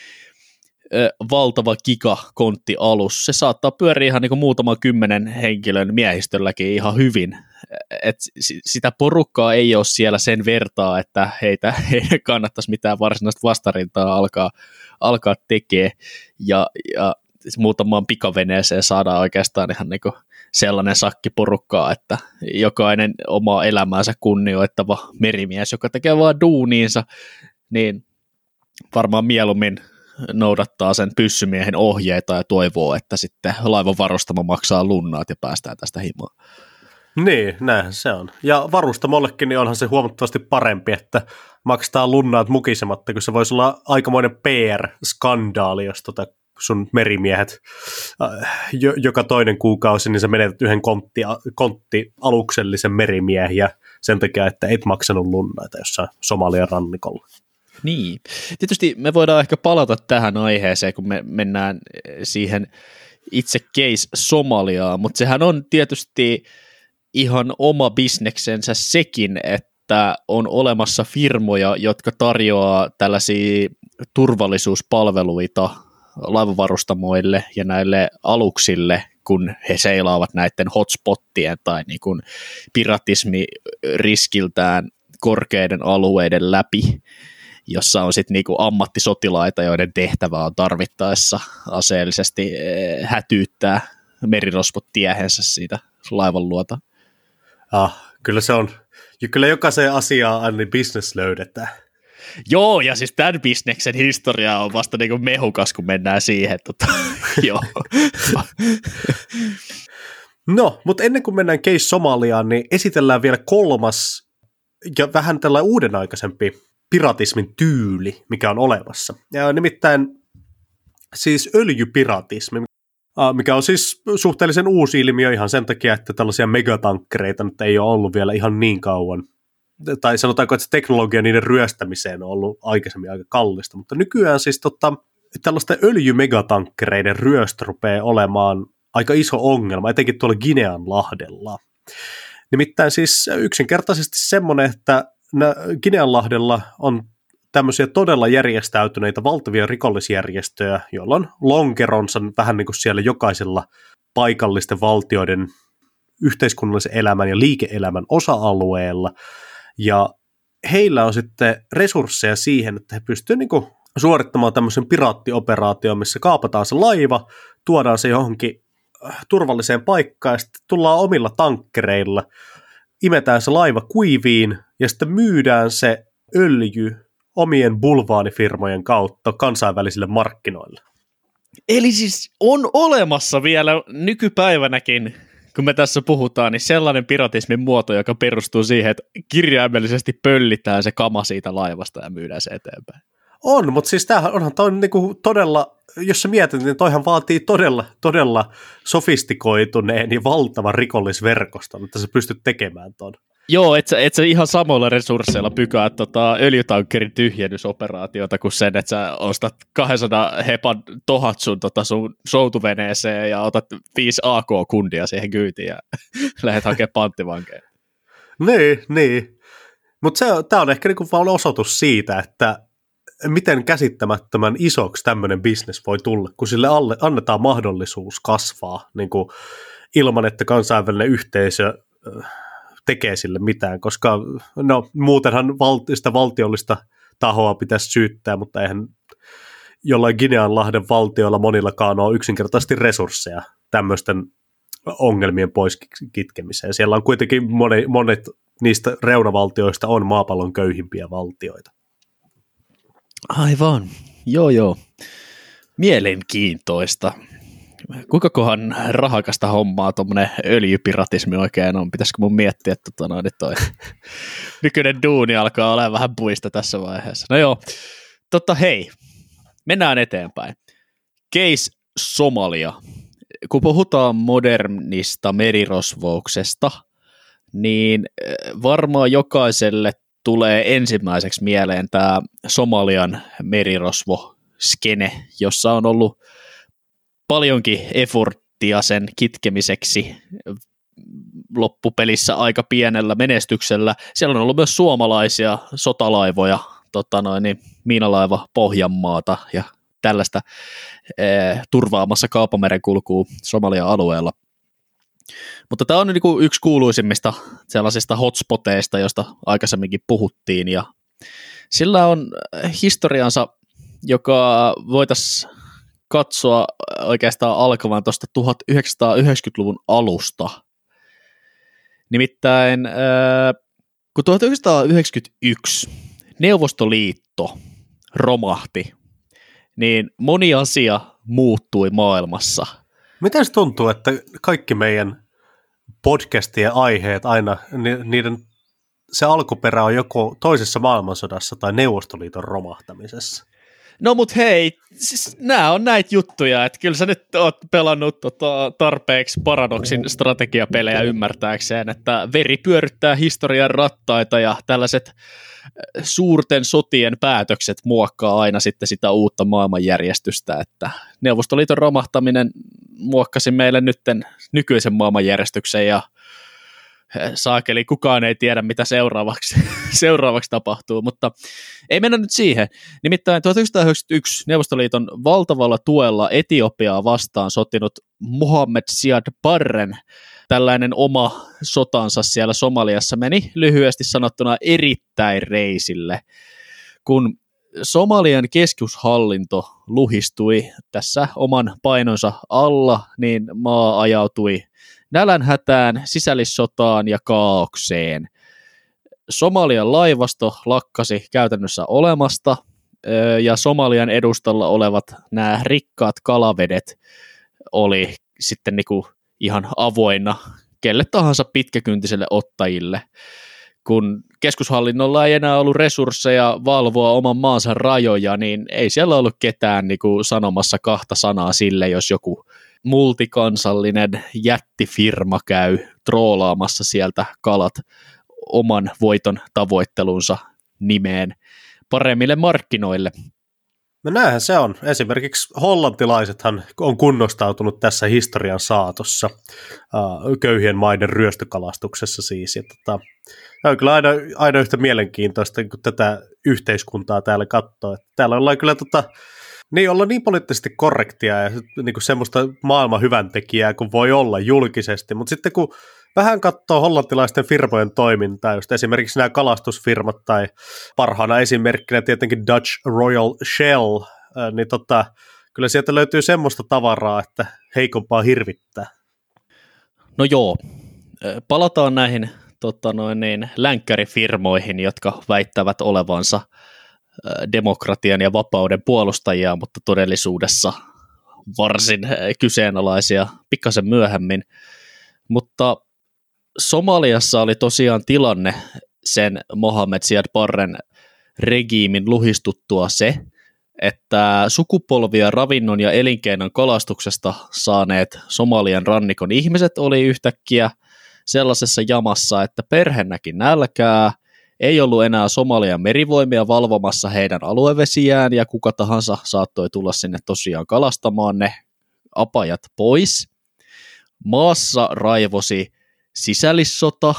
ö, valtava gigakonttialus, se saattaa pyöriä ihan niin kuin muutaman kymmenen henkilön miehistölläkin ihan hyvin, et sitä porukkaa ei ole siellä sen vertaa, että heitä, heidän kannattaisi mitään varsinaista vastarintaa alkaa, alkaa tekemään, ja, ja muutamaan pikaveneeseen saadaan oikeastaan ihan niin kuin sellainen sakki porukkaa, että jokainen omaa elämäänsä kunnioittava merimies, joka tekee vaan duuniinsa, niin varmaan mieluummin noudattaa sen pyssymiehen ohjeita ja toivoo, että sitten laivan varustamo maksaa lunnaat ja päästään tästä himaan. Niin, näinhän se on. Ja varustamollekin niin onhan se huomattavasti parempi, että maksetaan lunnaat mukisematta, kun se voisi olla aikamoinen P R-skandaali, jos tota sun merimiehet äh, joka toinen kuukausi, niin sä menetät yhden kontti, konttialuksellisen merimiehen ja sen takia, että et maksanut lunnaita jossain Somalian rannikolla. Niin. Tietysti me voidaan ehkä palata tähän aiheeseen, kun me mennään siihen itse case Somaliaan, mutta sehän on tietysti ihan oma bisneksensä sekin, että on olemassa firmoja, jotka tarjoaa tällaisia turvallisuuspalveluita laivavarustamoille ja näille aluksille, kun he seilaavat näiden hotspottien tai niin kuin piratismiriskiltään korkeiden alueiden läpi, jossa on sitten niinku ammattisotilaita, joiden tehtävä on tarvittaessa aseellisesti hätyyttää merirosvot tiehensä siitä laivan luota. Ah, kyllä se on, ja kyllä jokaiseen asiaan aina business löydetään. Joo, ja siis tämän bisneksen historia on vasta niinku mehukas, kun mennään siihen. Tota, joo. No, mutta ennen kuin mennään case Somaliaan, niin esitellään vielä kolmas ja vähän tällainen uudenaikaisempi piratismin tyyli, mikä on olemassa. Ja nimittäin siis öljypiratismi. mikä on siis suhteellisen uusi ilmiö ihan sen takia, että tällaisia megatankkereita nyt ei ole ollut vielä ihan niin kauan. Tai sanotaanko, että se teknologia niiden ryöstämiseen on ollut aikaisemmin aika kallista, mutta nykyään siis tota, tällaisten öljymegatankkereiden ryöstö rupeaa olemaan aika iso ongelma, etenkin tuolla Gineanlahdella. Nimittäin siis yksinkertaisesti semmoinen, että Gineanlahdella on tämmöisiä todella järjestäytyneitä valtavia rikollisjärjestöjä, joilla on lonkeronsa vähän niin kuin siellä jokaisella paikallisten valtioiden yhteiskunnallisen elämän ja liike-elämän osa-alueella, ja heillä on sitten resursseja siihen, että he pystyvät niin kuin suorittamaan tämmöisen piraattioperaation, missä kaapataan se laiva, tuodaan se johonkin turvalliseen paikkaan, ja sitten tullaan omilla tankkereilla, imetään se laiva kuiviin, ja sitten myydään se öljy omien bulvaanifirmojen kautta kansainvälisille markkinoille. Eli siis on olemassa vielä nykypäivänäkin, kun me tässä puhutaan, niin sellainen piratismin muoto, joka perustuu siihen, että kirjaimellisesti pöllitään se kama siitä laivasta ja myydään se eteenpäin. On, mutta siis tämähän onhan toi niinku todella, jos sä mietit, niin toihan vaatii todella, todella sofistikoituneen ja valtavan rikollisverkoston, että sä pystyt tekemään ton. Joo, et sä, et sä ihan samoilla resursseilla pykää tota öljytankkerin tyhjennysoperaatiota kuin sen, että sä ostat kaksisataa hepan tohat sun, tota sun soutuveneeseen ja otat viisi A K-kundia siihen kyytiin ja lähdet hakemaan panttivankeja. Niin, niin. Mutta tämä on ehkä niinku vaan osoitus siitä, että miten käsittämättömän isoksi tämmöinen bisnes voi tulla, kun sille alle annetaan mahdollisuus kasvaa niin kuin ilman, että kansainvälinen yhteisö tekee sille mitään, koska no, muutenhan val- sitä valtiollista tahoa pitäisi syyttää, mutta eihän jollain Gineanlahden valtioilla monillakaan ole yksinkertaisesti resursseja tämmöisten ongelmien pois kitkemiseen. Siellä on kuitenkin monet, monet niistä reunavaltioista on maapallon köyhimpiä valtioita. Aivan, joo joo. Mielenkiintoista. Kuinka kohan rahakasta hommaa tuommoinen öljypiratismi oikein on? Pitäisikö mun miettiä, että tota noin, toi nykyinen duuni alkaa olla vähän puista tässä vaiheessa. No joo, totta hei, mennään eteenpäin. Case Somalia. Kun puhutaan modernista merirosvouksesta, niin varmaan jokaiselle tulee ensimmäiseksi mieleen tämä Somalian merirosvoskene, jossa on ollut paljonkin efforttia sen kitkemiseksi loppupelissä aika pienellä menestyksellä. Siellä on ollut myös suomalaisia sotalaivoja, tota noin, niin miinalaiva Pohjanmaata ja tällaista eh, turvaamassa Kaupameren kulkua Somalian alueella. Mutta tämä on niin kuin yksi kuuluisimmista sellaisista hotspoteista, josta aikaisemminkin puhuttiin, ja sillä on historiansa, joka voitaisiin katsoa oikeastaan alkavan tuosta tuhatyhdeksänsataayhdeksänkymmentäluvun alusta. Nimittäin kun tuhatyhdeksänsataayhdeksänkymmentäyksi Neuvostoliitto romahti, niin moni asia muuttui maailmassa. Miten se tuntuu, että kaikki meidän podcastien aiheet aina, niiden se alkuperä on joko toisessa maailmansodassa tai Neuvostoliiton romahtamisessa? No mut hei, siis nämä on näitä juttuja, että kyllä sä nyt oot pelannut tota tarpeeksi Paradoxin strategiapelejä ymmärtääkseen, että veri pyörittää historian rattaita ja tällaiset suurten sotien päätökset muokkaa aina sitten sitä uutta maailmanjärjestystä, että Neuvostoliiton romahtaminen muokkasi meille nytten nykyisen maailmanjärjestyksen ja saakeli, kukaan ei tiedä, mitä seuraavaksi, seuraavaksi tapahtuu, mutta ei mennä nyt siihen. Nimittäin tuhatyhdeksänsataayhdeksänkymmentäyksi Neuvostoliiton valtavalla tuella Etiopiaa vastaan sotinut Mohammed Siad Barren tällainen oma sotansa siellä Somaliassa meni lyhyesti sanottuna erittäin reisille, kun Somalian keskushallinto luhistui tässä oman painonsa alla, niin maa ajautui nälänhätään, sisällissotaan ja kaaukseen. Somalian laivasto lakkasi käytännössä olemasta, ja Somalian edustalla olevat nämä rikkaat kalavedet oli sitten niinku ihan avoinna kelle tahansa pitkäkyntiselle ottajille. Kun keskushallinnolla ei enää ollut resursseja valvoa oman maansa rajoja, niin ei siellä ollut ketään niinku sanomassa kahta sanaa sille, jos joku multikansallinen jättifirma käy troolaamassa sieltä kalat oman voiton tavoittelunsa nimeen paremmille markkinoille. No näinhän se on. Esimerkiksi hollantilaisethan on kunnostautunut tässä historian saatossa uh, köyhien maiden ryöstökalastuksessa siis. Ja tota, on kyllä aina, aina yhtä mielenkiintoista, kun tätä yhteiskuntaa täällä katsoo. Että täällä ollaan kyllä tota, niin, ollaan niin poliittisesti korrektia ja niin kuin semmoista maailman hyväntekijää kuin voi olla julkisesti, mutta sitten kun vähän katsoo hollantilaisten firmojen toimintaa, just esimerkiksi nämä kalastusfirmat tai parhaana esimerkkinä tietenkin Dutch Royal Shell, niin tota, kyllä sieltä löytyy semmoista tavaraa, että heikompaa hirvittää. No joo, palataan näihin tota noin, niin, länkkärifirmoihin, jotka väittävät olevansa demokratian ja vapauden puolustajia, mutta todellisuudessa varsin kyseenalaisia pikkasen myöhemmin. Mutta Somaliassa oli tosiaan tilanne sen Mohamed Siad Barren regiimin luhistuttua se, että sukupolvia ravinnon ja elinkeinon kalastuksesta saaneet Somalian rannikon ihmiset oli yhtäkkiä sellaisessa jamassa, että perhe näki nälkää, ei ollut enää Somalian merivoimia valvomassa heidän aluevesiään ja kuka tahansa saattoi tulla sinne tosiaan kalastamaan ne apajat pois. Maassa raivosi sisällissota,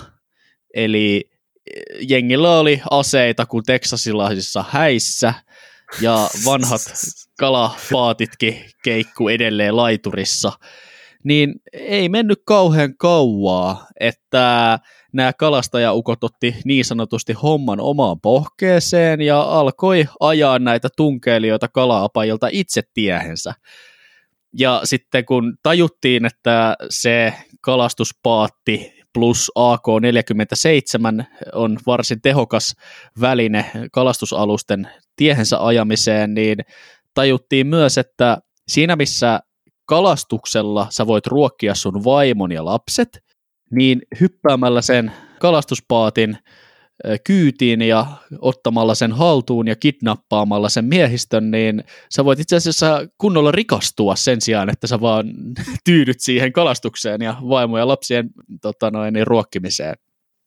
eli jengillä oli aseita kuin teksasilaisissa häissä ja vanhat kalapaatitkin keikku edelleen laiturissa, niin ei mennyt kauhean kauaa, että nämä kalastajaukot otti niin sanotusti homman omaan pohkeeseen ja alkoi ajaa näitä tunkeilijoita kala-apajilta itse tiehensä. Ja sitten kun tajuttiin, että se kalastuspaatti plus A K neljäkymmentäseitsemän on varsin tehokas väline kalastusalusten tiehensä ajamiseen, niin tajuttiin myös, että siinä missä kalastuksella sä voit ruokkia sun vaimon ja lapset, niin hyppäämällä sen kalastuspaatin kyytiin ja ottamalla sen haltuun ja kidnappaamalla sen miehistön, niin sä voit itse asiassa kunnolla rikastua sen sijaan, että sä vaan tyydyt siihen kalastukseen ja vaimo ja lapsien tota noin, niin ruokkimiseen.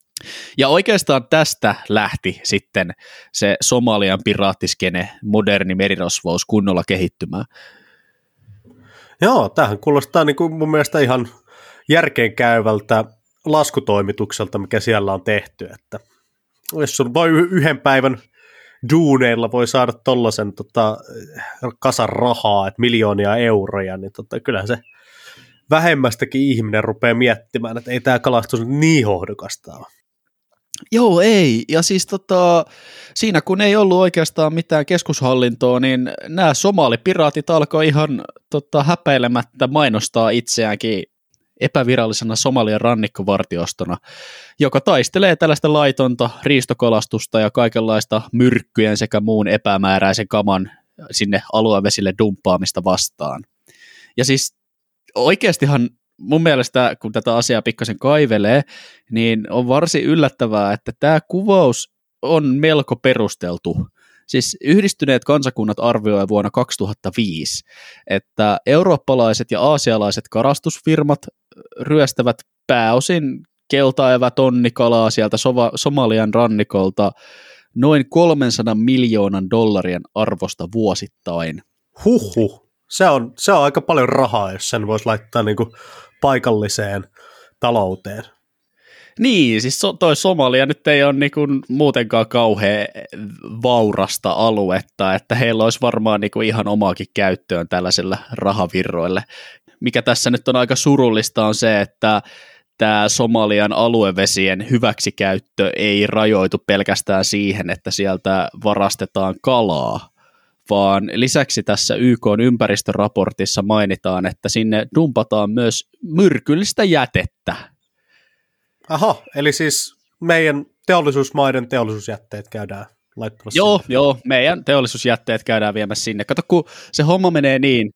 Ja oikeastaan tästä lähti sitten se Somalian piraattiskene, moderni merirosvous kunnolla kehittymään. Joo, tämähän kuulostaa niin kuin mun mielestä ihan järkeenkäyvältä laskutoimitukselta, mikä siellä on tehty, että jos sun voi yhden päivän duuneilla voi saada tollaisen tota, kasan rahaa, että miljoonia euroja, niin tota, kyllähän se vähemmästäkin ihminen rupeaa miettimään, että ei tämä kalastus niin hohdokasta ole. Joo, ei. Ja siis tota, siinä kun ei ollut oikeastaan mitään keskushallintoa, niin nämä somalipiraatit alkoi ihan tota, häpeilemättä mainostaa itseäänkin epävirallisena Somalian rannikkovartiostona, joka taistelee tällaista laitonta riistokalastusta ja kaikenlaista myrkkyjen sekä muun epämääräisen kaman sinne aluevesille dumppaamista vastaan. Ja siis oikeastihan mun mielestä, kun tätä asiaa pikkasen kaivelee, niin on varsin yllättävää, että tämä kuvaus on melko perusteltu. Siis Yhdistyneet kansakunnat arvioi vuonna kaksituhattaviisi, että eurooppalaiset ja aasialaiset kalastusfirmat ryöstävät pääosin keltaevä tonnikalaa sieltä Sova- Somalian rannikolta noin kolmesataa miljoonan dollarien arvosta vuosittain. Huhhuh, se on, se on aika paljon rahaa, jos sen voisi laittaa niinku paikalliseen talouteen. Niin, siis toi Somalia nyt ei ole niinku muutenkaan kauhean vaurasta aluetta, että heillä olisi varmaan niinku ihan omaakin käyttöön tällaisilla rahavirroille. Mikä tässä nyt on aika surullista on se, että tämä Somalian aluevesien hyväksikäyttö ei rajoitu pelkästään siihen, että sieltä varastetaan kalaa, vaan lisäksi tässä Y K:n ympäristöraportissa mainitaan, että sinne dumpataan myös myrkyllistä jätettä. Aha, eli siis meidän teollisuusmaiden teollisuusjätteet käydään laittamassa. Joo, sinne. joo, meidän teollisuusjätteet käydään viemässä sinne. Kato, kun se homma menee niin,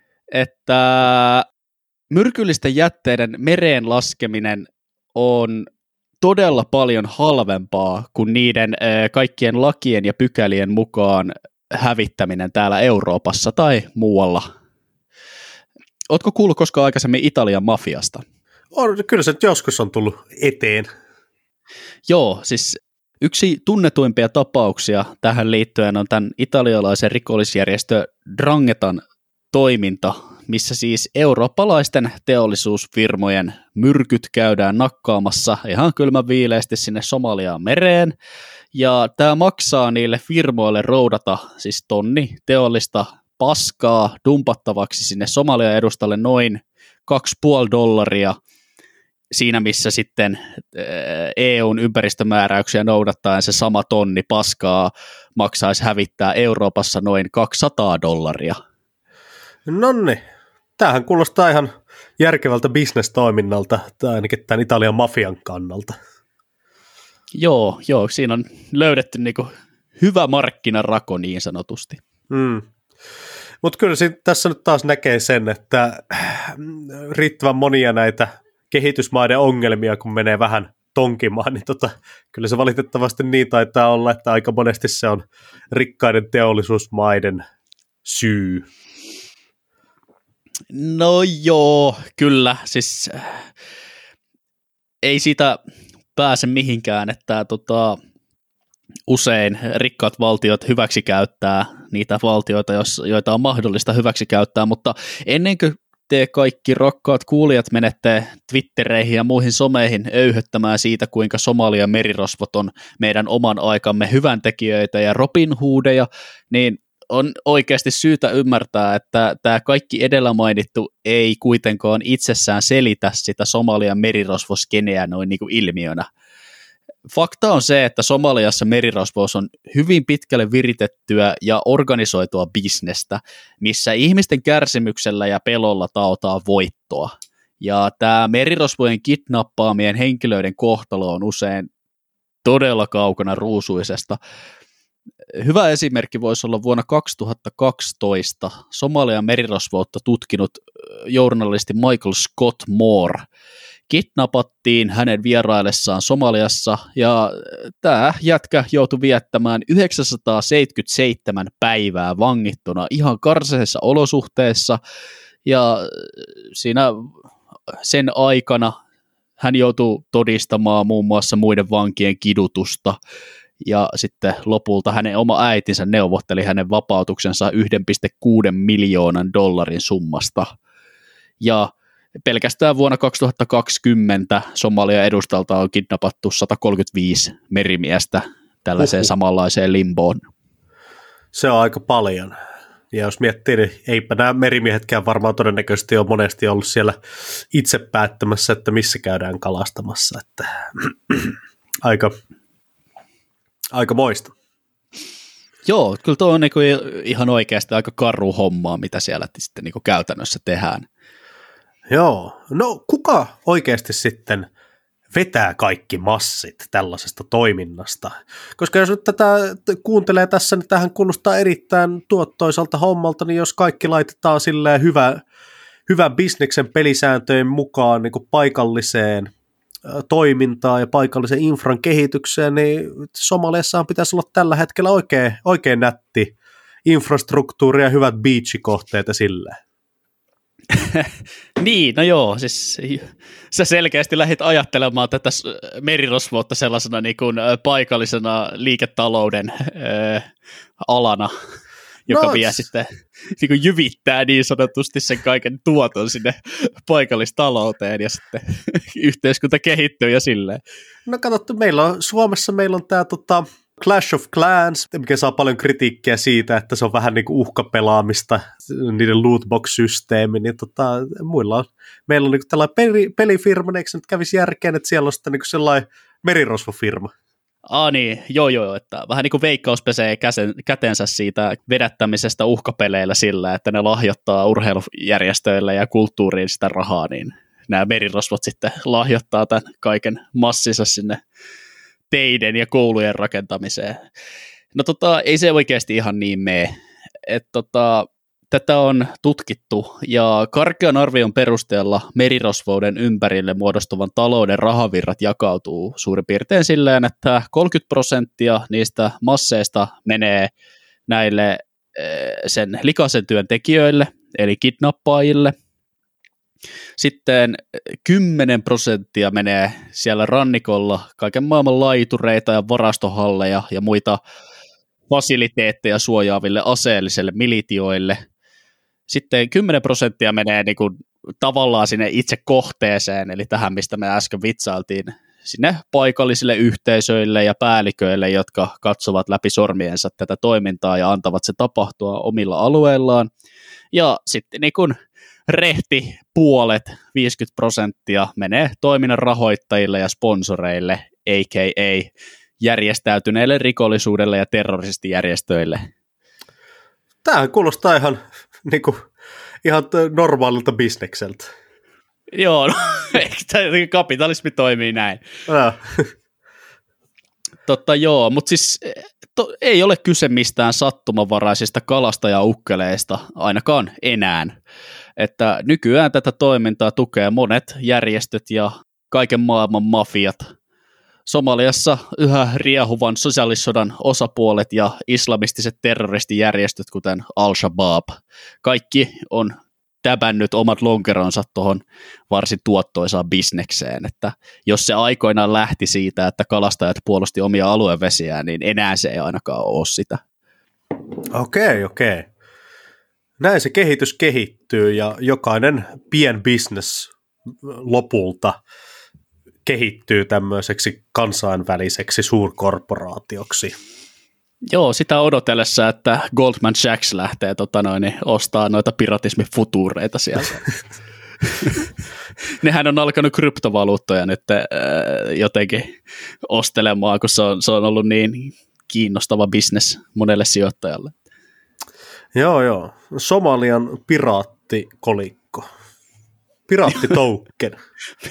että myrkyllisten jätteiden mereen laskeminen on todella paljon halvempaa kuin niiden kaikkien lakien ja pykälien mukaan hävittäminen täällä Euroopassa tai muualla. ootko kuullut koskaan aikaisemmin Italian mafiasta? On, kyllä se nyt joskus on tullut eteen. Joo, siis yksi tunnetuimpia tapauksia tähän liittyen on tämän italialaisen rikollisjärjestö Dranghetan toiminta, missä siis eurooppalaisten teollisuusfirmojen myrkyt käydään nakkaamassa ihan kylmäviileästi sinne Somaliaan mereen, ja tämä maksaa niille firmoille roudata siis tonni teollista paskaa dumpattavaksi sinne Somalian edustalle noin kaksi pilkku viisi dollaria, siinä missä sitten E U:n ympäristömääräyksiä noudattaen se sama tonni paskaa maksaisi hävittää Euroopassa noin kaksisataa dollaria. Nonni, tämähän kuulostaa ihan järkevältä bisnestoiminnalta, tai ainakin tämän Italian mafian kannalta. Joo, joo, siinä on löydetty niinku hyvä markkinarako niin sanotusti. Mm. Mutta kyllä tässä nyt taas näkee sen, että riittävän monia näitä kehitysmaiden ongelmia, kun menee vähän tonkimaan, niin tota, kyllä se valitettavasti niin taitaa olla, että aika monesti se on rikkaiden teollisuusmaiden syy. No joo, kyllä, siis ei siitä pääse mihinkään, että tota, usein rikkaat valtiot hyväksikäyttää niitä valtioita, joita on mahdollista hyväksikäyttää, mutta ennen kuin te kaikki rakkaat kuulijat menette Twittereihin ja muihin someihin öyhöttämään siitä, kuinka Somalian merirosvot on meidän oman aikamme hyväntekijöitä ja Robin Hoodeja, niin on oikeasti syytä ymmärtää, että tämä kaikki edellä mainittu ei kuitenkaan itsessään selitä sitä Somalian merirosvoskeneä noin niin kuin ilmiönä. Fakta on se, että Somaliassa merirosvous on hyvin pitkälle viritettyä ja organisoitua bisnestä, missä ihmisten kärsimyksellä ja pelolla taotaan voittoa. Ja tämä merirosvojen kidnappaamien henkilöiden kohtalo on usein todella kaukana ruusuisesta. Hyvä esimerkki voisi olla vuonna kaksituhattakaksitoista Somalian merirosvoutta tutkinut journalisti Michael Scott Moore. Kidnappattiin hänen vieraillessaan Somaliassa, ja tämä jätkä joutui viettämään yhdeksänsataaseitsemänkymmentäseitsemän päivää vangittuna ihan karseissa olosuhteissa, ja siinä sen aikana hän joutui todistamaan muun muassa muiden vankien kidutusta, ja sitten lopulta hänen oma äitinsä neuvotteli hänen vapautuksensa yksi pilkku kuusi miljoonan dollarin summasta, ja pelkästään vuonna kaksituhattakaksikymmentä Somalian edustalta on kidnappattu sata kolmekymmentäviisi merimiestä tällaiseen Uhuh. samanlaiseen limboon. Se on aika paljon. Ja jos miettii, niin eipä nämä merimiehetkään varmaan todennäköisesti ole monesti ollut siellä itse päättämässä, että missä käydään kalastamassa. Että aika, aika moista. Joo, kyllä tuo on niinku ihan oikeasti aika karu hommaa, mitä siellä sitten niinku käytännössä tehdään. Joo, no kuka oikeasti sitten vetää kaikki massit tällaisesta toiminnasta? Koska jos nyt tätä kuuntelee tässä, niin tähän kuulostaa erittäin tuottoisalta hommalta, niin jos kaikki laitetaan silleen hyvä, hyvän bisneksen pelisääntöjen mukaan niin kuin paikalliseen toimintaan ja paikallisen infran kehitykseen, niin Somaliassahan pitäisi olla tällä hetkellä oikein, oikein nätti infrastruktuuri ja hyvät beachikohteet ja silleen. Niin, no joo, siis sä selkeästi lähdit ajattelemaan tätä merirosvoutta sellaisena niin kuin paikallisena liiketalouden ö, alana, joka no, vie sitten niin kuin jyvittää niin sanotusti sen kaiken tuoton sinne paikallistalouteen ja sitten yhteiskunta kehittyy ja silleen. No katsottu, meillä on, Suomessa meillä on tämä tota, Clash of Clans, mikä saa paljon kritiikkiä siitä, että se on vähän niin kuin uhkapelaamista, niiden lootbox-systeemi, niin tota, muilla on, meillä on niin kuin tällainen peli, pelifirma, eikö se nyt kävisi järkeen, että siellä on sitten niin kuin sellainen merirosvofirma. Ah niin, joo joo, että vähän niin kuin Veikkaus pesee käsen, kätensä siitä vedättämisestä uhkapeleillä sillä, että ne lahjoittaa urheilujärjestöille ja kulttuuriin sitä rahaa, niin nämä merirosvot sitten lahjoittaa tämän kaiken massinsa sinne teiden ja koulujen rakentamiseen. No tota, ei se oikeasti ihan niin mene. Et tota, tätä on tutkittu ja karkean arvion perusteella merirosvouden ympärille muodostuvan talouden rahavirrat jakautuu suurin piirtein silleen, että kolmekymmentä prosenttia niistä masseista menee näille sen likaisen työn tekijöille, eli kidnappaajille, Sitten kymmenen prosenttia menee siellä rannikolla kaiken maailman laitureita ja varastohalleja ja muita fasiliteetteja suojaaville aseellisille militioille. Sitten kymmenen prosenttia menee niin kuin tavallaan sinne itse kohteeseen, eli tähän, mistä me äsken vitsailtiin, sinne paikallisille yhteisöille ja päälliköille, jotka katsovat läpi sormiensa tätä toimintaa ja antavat se tapahtua omilla alueillaan. Ja sitten niin kuin rehti puolet, viisikymmentä prosenttia, menee toiminnan rahoittajille ja sponsoreille, a k a järjestäytyneelle rikollisuudelle ja terroristijärjestöille. Tämähän kuulostaa ihan, niin kuin, ihan normaalilta bisnekseltä. Joo, no, kapitalismi toimii näin. Ja. Totta joo, mutta siis to, ei ole kyse mistään sattumanvaraisista kalastajaukkeleista, ainakaan enää. Että nykyään tätä toimintaa tukee monet järjestöt ja kaiken maailman mafiat. Somaliassa yhä riehuvan sosiaalissodan osapuolet ja islamistiset terroristijärjestöt, kuten Al-Shabaab, kaikki on täbännyt omat lonkeronsa tuohon varsin tuottoisaan bisnekseen, että jos se aikoinaan lähti siitä, että kalastajat puolusti omia aluevesiään, niin enää se ei ainakaan ole sitä. Okei, okei. Näin se kehitys kehittyy ja jokainen pienbusiness lopulta kehittyy tämmöiseksi kansainväliseksi suurkorporaatioksi. Joo, sitä odotellessa, että Goldman Sachs lähtee tota noin, niin ostaa noita piratismifutuureita sieltä. Nehän on alkanut kryptovaluuttoja nyt äh, jotenkin ostelemaan, kun se on, se on ollut niin kiinnostava bisnes monelle sijoittajalle. Joo, joo. Somalian piraattikolikko. Piraattitoken.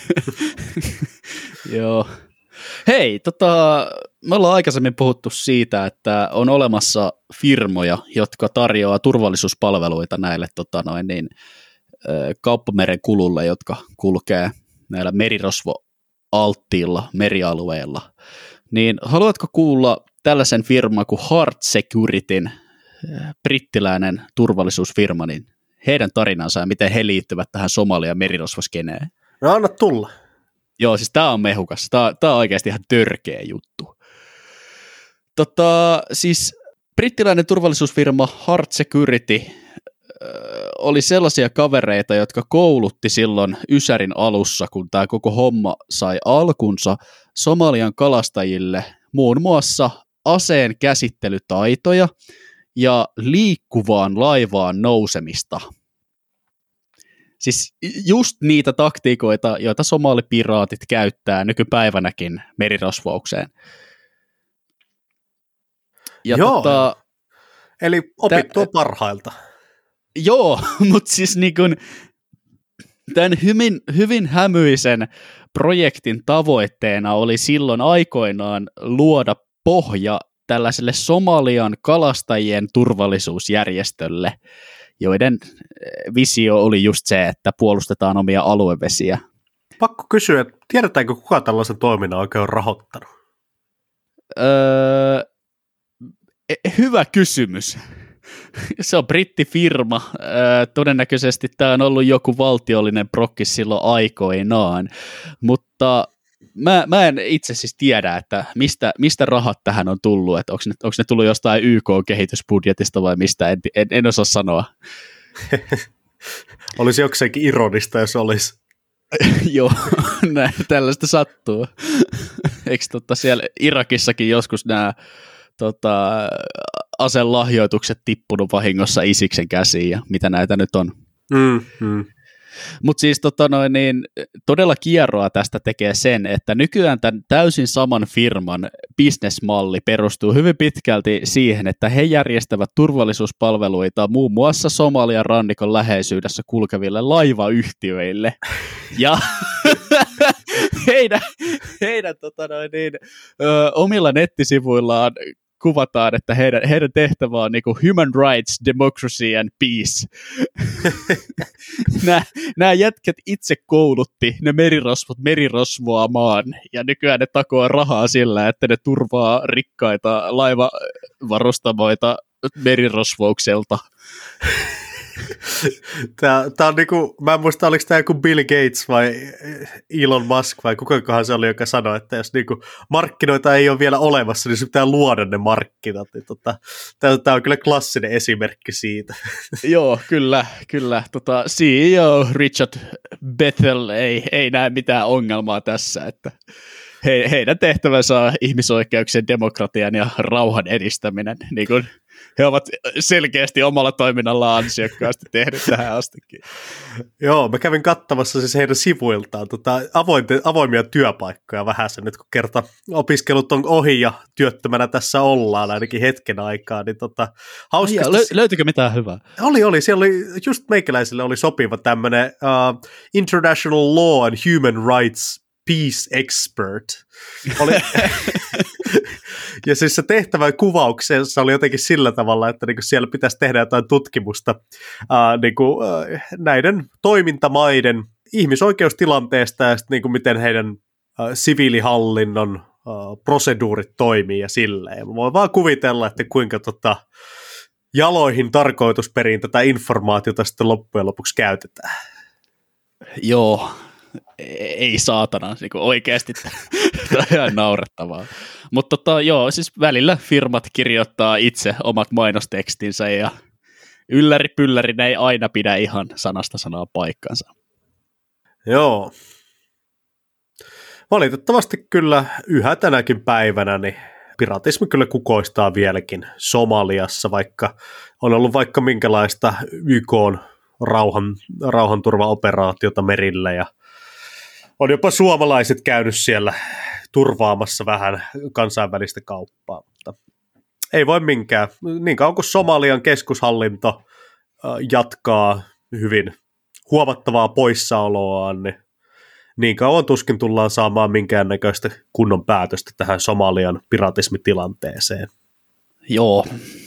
Joo. Hei, tota, me ollaan aikaisemmin puhuttu siitä, että on olemassa firmoja, jotka tarjoaa turvallisuuspalveluita näille tota noin, niin, kauppameren kululle, jotka kulkee näillä merirosvoalttiilla merialueilla. Niin haluatko kuulla tällaisen firman kuin Hart Securityn, brittiläinen turvallisuusfirma, niin heidän tarinansa ja miten he liittyvät tähän Somalian merirosvoskeneen? No anna tulla. Joo, siis tää on mehukas. Tää, tää on oikeasti ihan törkeä juttu. Tota, siis brittiläinen turvallisuusfirma Hart Security äh, oli sellaisia kavereita, jotka koulutti silloin Ysärin alussa, kun tämä koko homma sai alkunsa, Somalian kalastajille muun muassa aseen käsittelytaitoja ja liikkuvaan laivaan nousemista. Siis just niitä taktiikoita, joita somalipiraatit käyttää nykypäivänäkin merirosvoukseen. Ja joo, tota, eli opittua tä, parhailta. Joo, mutta siis niin kun, tämän hyvin, hyvin hämyisen projektin tavoitteena oli silloin aikoinaan luoda pohja tällaiselle Somalian kalastajien turvallisuusjärjestölle, joiden visio oli just se, että puolustetaan omia aluevesiä. Pakko kysyä, että tiedetäänkö kuka tällaisen toiminnan oikein on rahoittanut? Öö, hyvä kysymys. Se on brittifirma. Öö, todennäköisesti tämä on ollut joku valtiollinen prokki silloin aikoinaan, mutta mä, mä en itse siis tiedä, että mistä, mistä rahat tähän on tullut, että onko ne, onko ne tullut jostain Y K-kehitysbudjetista vai mistä, en, en, en osaa sanoa. Olisi jokseenkin ironista, jos olisi. Joo, näin, tällaista sattuu. Eikö tota siellä Irakissakin joskus nämä tota, aselahjoitukset tippunut vahingossa Isiksen käsiin ja mitä näitä nyt on? Mm, mm. Mutta siis tota noin, niin, todella kierroa tästä tekee sen, että nykyään tämän täysin saman firman bisnesmalli perustuu hyvin pitkälti siihen, että he järjestävät turvallisuuspalveluita muun muassa Somalian rannikon läheisyydessä kulkeville laivayhtiöille. Ja heidän, heidän tota noin, niin, ö, omilla nettisivuillaan kuvataan, että heidän, heidän tehtävä on niin kuin human rights, democracy and peace. nämä, nämä jätkät itse koulutti ne merirosvot merirosvoamaan, ja nykyään ne takoo rahaa sillä, että ne turvaa rikkaita laivavarustamoita merirosvoukselta. Tämä, tämä on niinku, mä en muista, oliko tämä joku Bill Gates vai Elon Musk vai kukakohan se oli, joka sanoi, että jos niinku markkinoita ei ole vielä olemassa, niin se pitää luoda ne markkinat. Niin tota, tämä on kyllä klassinen esimerkki siitä. Joo, kyllä, kyllä. Tota, C E O Richard Bethel ei, ei näe mitään ongelmaa tässä, että he, heidän tehtävänsä on ihmisoikeuksien, demokratian ja rauhan edistäminen, niin kuin he ovat selkeästi omalla toiminnallaan ansiokkaasti tehneet tähän astikin. Joo, mä kävin katsomassa siis heidän sivuiltaan tota, avoimia, avoimia työpaikkoja vähän sen, nyt kun kerta opiskelut on ohi ja työttömänä tässä ollaan ainakin hetken aikaa, niin tota, hauskasti... Lö- löytyykö mitään hyvää? Oli, oli. Siellä oli, just meikäläisille oli sopiva tämmöinen uh, International Law and Human Rights Peace Expert. Oli... Ja siis se tehtävän kuvauksessa oli jotenkin sillä tavalla, että niinku siellä pitäisi tehdä jotain tutkimusta ää, niinku, ää, näiden toimintamaiden ihmisoikeustilanteesta ja sitten niinku miten heidän ää, siviilihallinnon ää, proseduurit toimii ja silleen. Mä voin vaan kuvitella, että kuinka tota, jaloihin tarkoitusperiin tätä informaatiota sitten loppujen lopuksi käytetään. Joo. Ei saatana, niin kuin oikeasti tämä on ihan naurettavaa. Mutta tota, joo, siis välillä firmat kirjoittaa itse omat mainostekstinsä ja ylläri pylläri, ne ei aina pidä ihan sanasta sanaa paikkansa. Joo. Valitettavasti kyllä yhä tänäkin päivänä niin piratismi kyllä kukoistaa vieläkin Somaliassa, vaikka on ollut vaikka minkälaista Y K:n rauhan, rauhanturvaoperaatiota merillä ja on jopa suomalaiset käynyt siellä turvaamassa vähän kansainvälistä kauppaa, mutta ei voi minkään. Niin kauan kuin Somalian keskushallinto jatkaa hyvin huomattavaa poissaoloaan, niin niin kauan tuskin tullaan saamaan minkäännäköistä kunnon päätöstä tähän Somalian piratismitilanteeseen. Joo.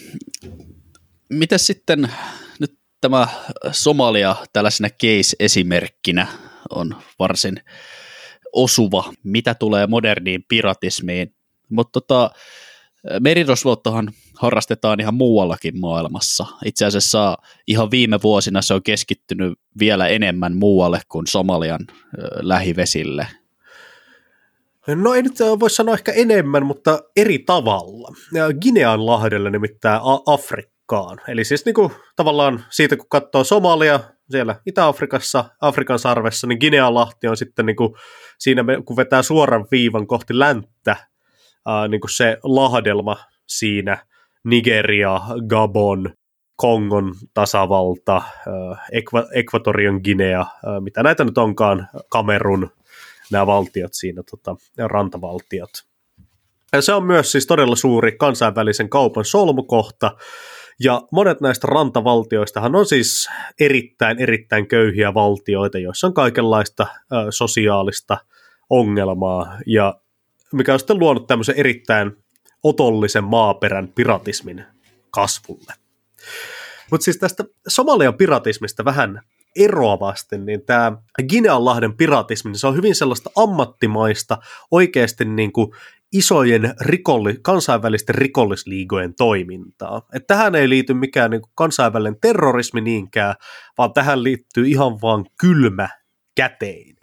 Mitäs sitten nyt tämä Somalia tällaisena case-esimerkkinä on varsin osuva, mitä tulee moderniin piratismiin, mutta tota, merirosvouttahan harrastetaan ihan muuallakin maailmassa. Itse asiassa ihan viime vuosina se on keskittynyt vielä enemmän muualle kuin Somalian ö, lähivesille. No ei nyt voi sanoa ehkä enemmän, mutta eri tavalla. Ginean lahdelle nimittäin Afrikkaan. Eli siis niin kuin, tavallaan siitä kun katsoo Somalia siellä Itä-Afrikassa, Afrikan sarvessa, niin Ginean lahti on sitten niin kuin, siinä kun vetää suoran viivan kohti länttä, ää, niin kuin se lahdelma siinä, Nigeria, Gabon, Kongon tasavalta, ää, Ekva- Ekvatorian Guinea, ää, mitä näitä nyt onkaan, Kamerun, nämä valtiot siinä, tota, rantavaltiot. Ja se on myös siis todella suuri kansainvälisen kaupan solmukohta, ja monet näistä rantavaltioistahan on siis erittäin, erittäin köyhiä valtioita, joissa on kaikenlaista ö, sosiaalista ongelmaa, ja mikä on sitten luonut tämmöisen erittäin otollisen maaperän piratismin kasvulle. Mutta siis tästä Somalian piratismista vähän eroavasti, niin tämä Gineanlahden piratismi, niin se on hyvin sellaista ammattimaista, oikeasti niin kuin isojen rikolli, kansainvälisten rikollisliigojen toimintaa. Et tähän ei liity mikään niin kuin kansainvälinen terrorismi niinkään, vaan tähän liittyy ihan vaan kylmä käteinen.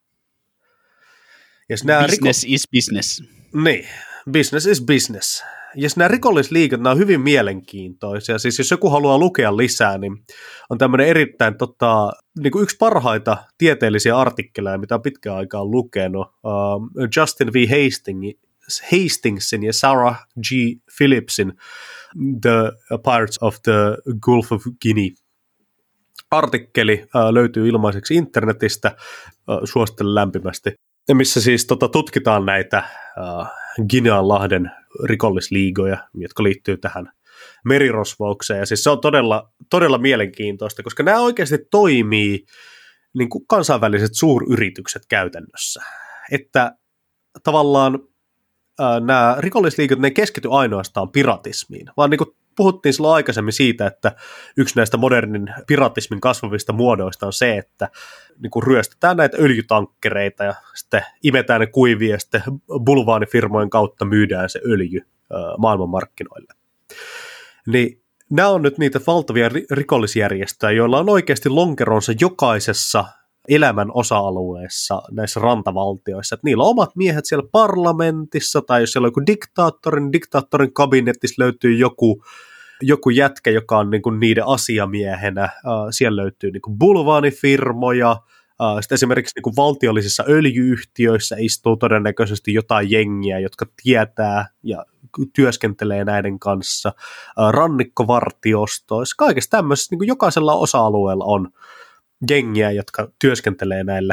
Business riko- is business. Niin, business is business. Ja nämä rikollisliigat, nämä on hyvin mielenkiintoisia. Siis jos joku haluaa lukea lisää, niin on tämmöinen erittäin tota, niin kuin yksi parhaita tieteellisiä artikkeleja, mitä on pitkään aikaan lukenut. Uh, Justin V. Hastings, Hastingsin ja Sarah G. Phillipsin The Pirates of the Gulf of Guinea artikkeli uh, löytyy ilmaiseksi internetistä, uh, suosittelen lämpimästi. Ja missä siis tota, tutkitaan näitä uh, Gineanlahden rikollisliigoja, jotka liittyy tähän merirosvoukseen. Ja siis se on todella, todella mielenkiintoista, koska nämä oikeasti toimii niin kuin kansainväliset suuryritykset käytännössä. Että tavallaan ää, nämä rikollisliigot, ne ei keskity ainoastaan piratismiin, vaan niin kuin puhuttiin silloin aikaisemmin siitä, että yksi näistä modernin piratismin kasvavista muodoista on se, että niin kuin ryöstetään näitä öljytankkereita ja sitten imetään ne kuivia ja sitten bulvaanifirmojen kautta myydään se öljy ää, maailmanmarkkinoille. Niin nämä on nyt niitä valtavia rikollisjärjestöjä, joilla on oikeasti lonkeronsa jokaisessa elämän osa-alueessa näissä rantavaltioissa. Että niillä on omat miehet siellä parlamentissa, tai jos siellä on joku diktaattori, niin diktaattorin kabinetissa löytyy joku, joku jätkä, joka on niin kuin niiden asiamiehenä. Siellä löytyy niin kuin bulvaanifirmoja. Sitten esimerkiksi niin kuin valtiollisissa öljyyhtiöissä istuu todennäköisesti jotain jengiä, jotka tietää ja työskentelee näiden kanssa. Rannikkovartiostoissa, kaikessa tämmöisessä, niin kuin jokaisella osa-alueella on jengiä, jotka työskentelee näille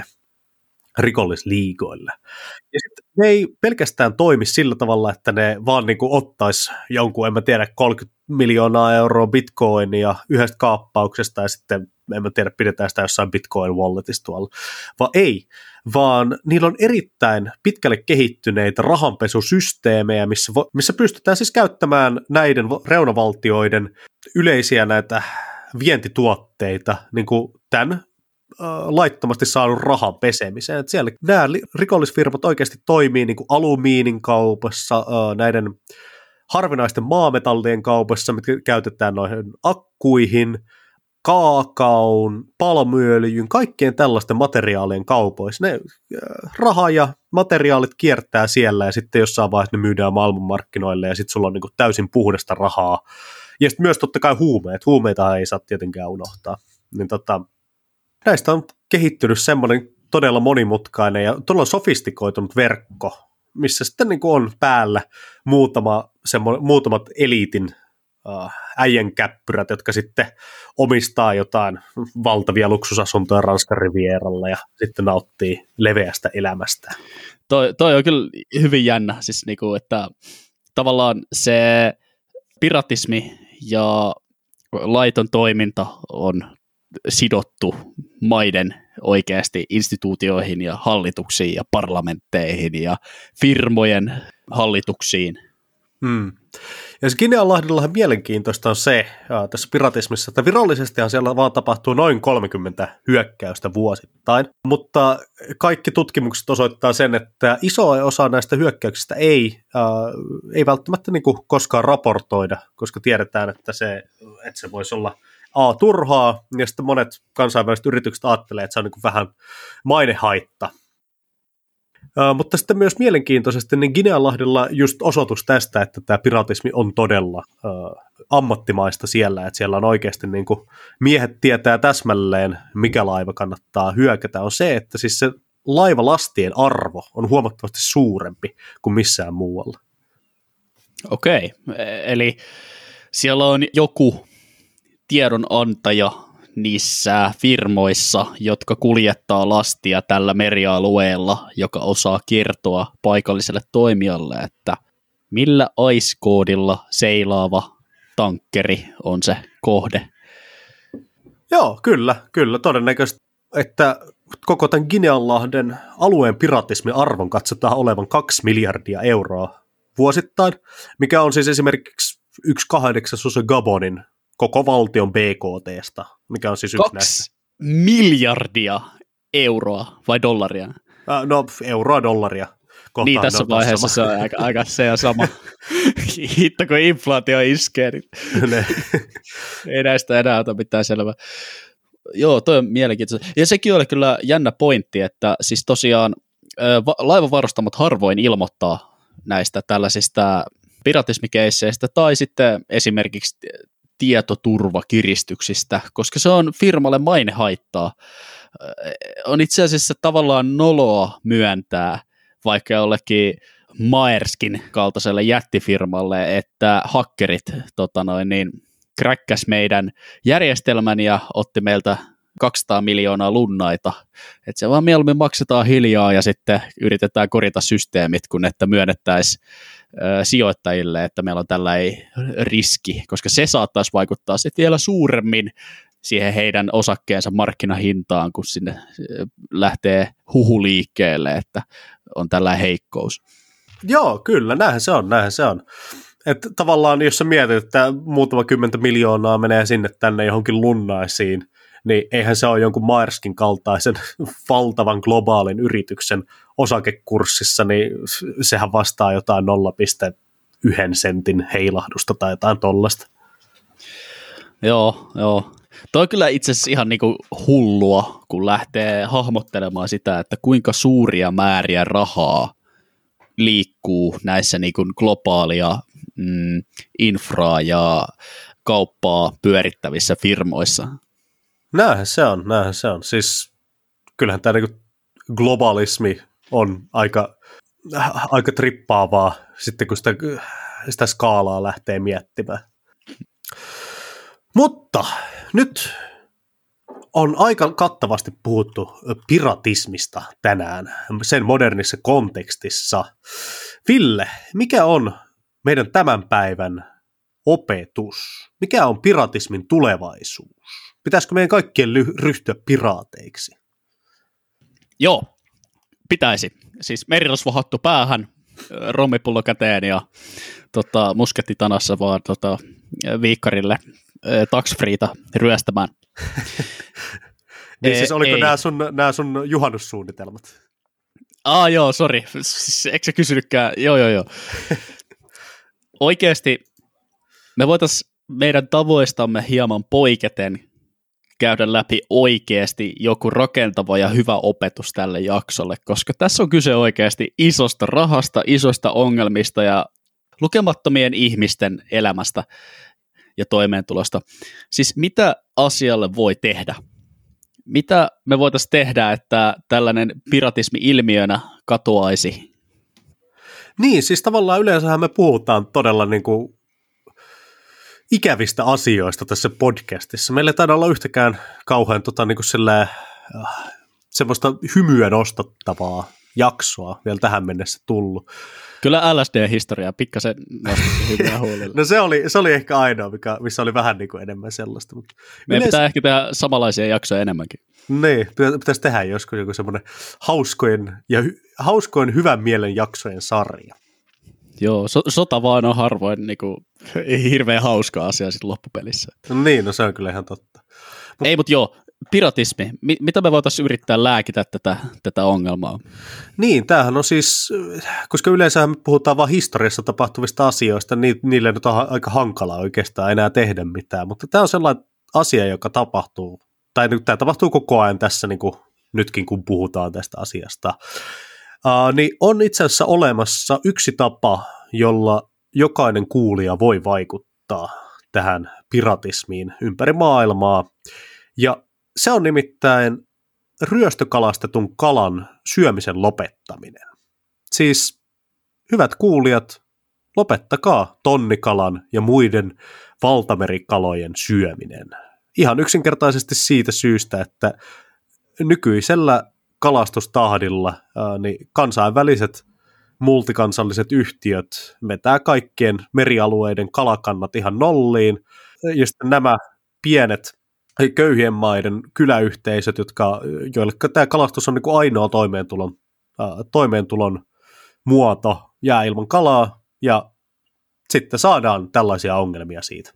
rikollisliigoille. Ja sitten ne ei pelkästään toimi sillä tavalla, että ne vaan niin kuin ottaisi jonkun, en mä tiedä, kolmekymmentä miljoonaa euroa bitcoinia yhdestä kaappauksesta ja sitten, en mä tiedä, pidetään sitä jossain bitcoin-walletissa tuolla, vaan ei, vaan niillä on erittäin pitkälle kehittyneitä rahanpesusysteemejä, missä, vo, missä pystytään siis käyttämään näiden reunavaltioiden yleisiä näitä vientituotteita, niin kuin tämän laittomasti saanut rahan pesemiseen. Että siellä nämä rikollisfirmat oikeasti toimii niin kuin alumiinin kaupassa, näiden harvinaisten maametallien kaupassa, mitkä käytetään noihin akkuihin, kaakaun, palmuöljyn, kaikkien tällaisten materiaalien kaupoissa. Ne raha ja materiaalit kiertää siellä ja sitten jossain vaiheessa ne myydään maailmanmarkkinoille ja sitten sulla on niin kuin täysin puhdasta rahaa. Ja sitten myös totta kai huumeet. Huumeita ei saa tietenkään unohtaa. Niin tota, näistä on kehittynyt semmoinen todella monimutkainen ja todella sofistikoitunut verkko, missä sitten niin kuin on päällä muutama, muutamat eliitin äh, äijänkäppyrät, jotka sitten omistaa jotain valtavia luksusasuntoja Ranskan rivieralla ja sitten nauttii leveästä elämästä. Toi, toi on kyllä hyvin jännä, siis niin kuin, että tavallaan se piratismi ja laiton toiminta on sidottu maiden oikeasti instituutioihin ja hallituksiin ja parlamentteihin ja firmojen hallituksiin. Hmm. Ja se Guineanlahdellahan mielenkiintoista on se ja tässä piratismissa, että virallisestihan siellä vaan tapahtuu noin kolmekymmentä hyökkäystä vuosittain, mutta kaikki tutkimukset osoittaa sen, että iso osa näistä hyökkäyksistä ei, äh, ei välttämättä niin kuin koskaan raportoida, koska tiedetään, että se, että se voisi olla A, turhaa, ja sitten monet kansainväliset yritykset ajattelee, että se on niin kuin vähän mainehaitta. Uh, mutta sitten myös mielenkiintoisesti niin Guineanlahdella just osoitus tästä, että tämä piratismi on todella uh, ammattimaista siellä, että siellä on oikeasti niin kuin miehet tietää täsmälleen, mikä laiva kannattaa hyökätä, on se, että siis se laivalastien arvo on huomattavasti suurempi kuin missään muualla. Okei, eli siellä on joku tiedonantaja niissä firmoissa, jotka kuljettaa lastia tällä merialueella, joka osaa kertoa paikalliselle toimijalle, että millä aiskoodilla seilaava tankkeri on se kohde. Joo, kyllä, kyllä. Todennäköisesti, että koko tämän Guineanlahden alueen piratismin arvon katsotaan olevan kaksi miljardia euroa vuosittain, mikä on siis esimerkiksi yksi kahdeksasosa Gabonin koko valtion B K T:stä, mikä on siis yksi Kaksi näistä. miljardia euroa vai dollaria? Äh, no, euroa, dollaria. Kohtaan niin, tässä vaiheessa se on aika, aika se ja sama. Hitto, kun inflaatio iskee, niin ei näistä enää ota mitään selvää. Joo, toi on mielenkiintoista. Ja sekin oli kyllä jännä pointti, että siis tosiaan laivavarustamot harvoin ilmoittaa näistä tällaisista piratismikeisseistä tai sitten esimerkiksi tietoturvakiristyksistä, koska se on firmalle mainehaittaa. On itse asiassa tavallaan noloa myöntää vaikka jollekin Maerskin kaltaiselle jättifirmalle, että hakkerit tota noin, niin, kräkkäs meidän järjestelmän ja otti meiltä kaksisataa miljoonaa lunnaita. Että se vaan mieluummin maksetaan hiljaa ja sitten yritetään korjata systeemit, kun että myönnettäisiin sijoittajille, että meillä on tällainen riski, koska se saattaisi vaikuttaa sitten vielä suuremmin siihen heidän osakkeensa markkinahintaan, kun sinne lähtee huhu liikkeelle, että on tällainen heikkous. Joo, kyllä, näinhän se on, näinhän se on. Että tavallaan jos sä mietit, että muutama kymmentä miljoonaa menee sinne tänne johonkin lunnaisiin, niin eihän se ole jonkun Maerskin kaltaisen valtavan globaalin yrityksen osakekurssissa, niin sehän vastaa jotain nolla pilkku yksi sentin heilahdusta tai jotain tollasta. Joo, joo. Toi on kyllä itse asiassa ihan niinku hullua, kun lähtee hahmottelemaan sitä, että kuinka suuria määriä rahaa liikkuu näissä niinku globaalia mm, infraa ja kauppaa pyörittävissä firmoissa. Näinhän se on, näinhän se on. Siis kyllähän tämä niinku globalismi on aika, aika trippaavaa sitten, kun sitä, sitä skaalaa lähtee miettimään. Mutta nyt on aika kattavasti puhuttu piratismista tänään, sen modernissa kontekstissa. Ville, mikä on meidän tämän päivän opetus? Mikä on piratismin tulevaisuus? Pitäisikö meidän kaikkien ryhtyä piraateiksi? Joo, pitäisi. Siis merirosvohattu päähän, rommipullo käteen ja tota, musketti tanassa vaan tota, viikkarille tax-freeta ryöstämään. Niin siis oliko nämä sun, nämä sun juhannussuunnitelmat? Aa joo, sori. Siis, eikö sä kysynytkään? Joo, joo, joo. Oikeasti me voitaisiin meidän tavoistamme hieman poiketen käydä läpi oikeasti joku rakentava ja hyvä opetus tälle jaksolle, koska tässä on kyse oikeasti isosta rahasta, isoista ongelmista ja lukemattomien ihmisten elämästä ja toimeentulosta. Siis mitä asialle voi tehdä? Mitä me voitaisiin tehdä, että tällainen piratismi ilmiönä katoaisi? Niin, siis tavallaan yleensähän me puhutaan todella niin kuin ikävistä asioista tässä podcastissa. Meillä ei taida olla yhtäkään kauhean tota, niin kuin sillä, äh, semmoista hymyä nostattavaa jaksoa vielä tähän mennessä tullut. Kyllä L S D-historiaa pikkasen nostatti hymyä huolella. No se oli, se oli ehkä ainoa, mikä, missä oli vähän niin kuin enemmän sellaista. Mutta meidän yleensä pitää ehkä tehdä samanlaisia jaksoja enemmänkin. Niin, pitäisi tehdä joskus joku semmoinen hauskojen, ja hy, hauskojen hyvän mielen jaksojen sarja. Joo, so, sota vaan on harvoin niin kuin, hirveän hauska asia sitten loppupelissä. No niin, no se on kyllä ihan totta. Mut, Ei, mutta joo, piratismi. M- mitä me voitaisiin yrittää lääkitä tätä, tätä ongelmaa? Niin, tämähän on siis, koska yleensä me puhutaan vain historiassa tapahtuvista asioista, niin niille nyt on aika hankalaa oikeastaan enää tehdä mitään, mutta tämä on sellainen asia, joka tapahtuu, tai nyt tämä tapahtuu koko ajan tässä niin kuin nytkin, kun puhutaan tästä asiasta. Uh, niin on itse asiassa olemassa yksi tapa, jolla jokainen kuulija voi vaikuttaa tähän piratismiin ympäri maailmaa, ja se on nimittäin ryöstökalastetun kalan syömisen lopettaminen. Siis, hyvät kuulijat, lopettakaa tonnikalan ja muiden valtamerikalojen syöminen. Ihan yksinkertaisesti siitä syystä, että nykyisellä kalastustahdilla ää, niin kansainväliset multikansalliset yhtiöt vetää kaikkien merialueiden kalakannat ihan nolliin, ja sitten nämä pienet köyhien maiden kyläyhteisöt, jotka, joille tämä kalastus on niin kuin ainoa toimeentulon, ää, toimeentulon muoto, jää ilman kalaa, ja sitten saadaan tällaisia ongelmia siitä.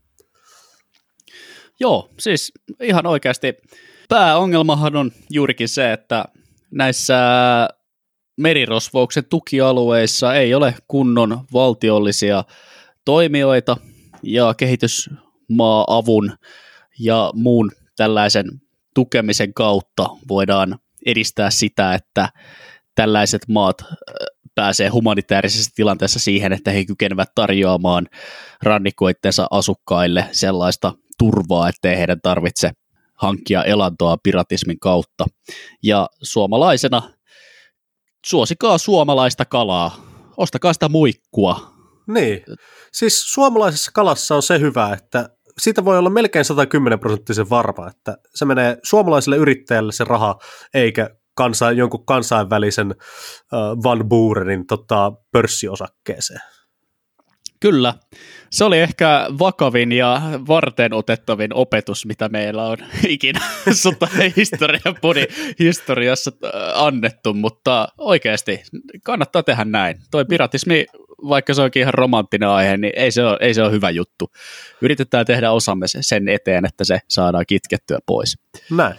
Joo, siis ihan oikeasti pääongelmahan on juurikin se, että näissä merirosvouksen tukialueissa ei ole kunnon valtiollisia toimijoita ja kehitysmaa-avun ja muun tällaisen tukemisen kautta voidaan edistää sitä, että tällaiset maat pääsee humanitaarisessa tilanteessa siihen, että he kykenevät tarjoamaan rannikoittensa asukkaille sellaista turvaa, ettei heidän tarvitse hankkia elantoa piratismin kautta. Ja suomalaisena suosikaa suomalaista kalaa, ostakaa sitä muikkua. Niin, siis suomalaisessa kalassa on se hyvä, että siitä voi olla melkein sata kymmenen prosenttisen varma, että se menee suomalaiselle yrittäjälle se raha, eikä kansa, jonkun kansainvälisen uh, Van Burenin tota, pörssiosakkeeseen. Kyllä. Se oli ehkä vakavin ja varten otettavin opetus, mitä meillä on ikinä sotahistorian podi historiassa annettu, mutta oikeasti kannattaa tehdä näin. Toi piratismi, vaikka se onkin ihan romanttinen aihe, niin ei se ole, ei se ole hyvä juttu. Yritetään tehdä osamme sen eteen, että se saadaan kitkettyä pois. Näin.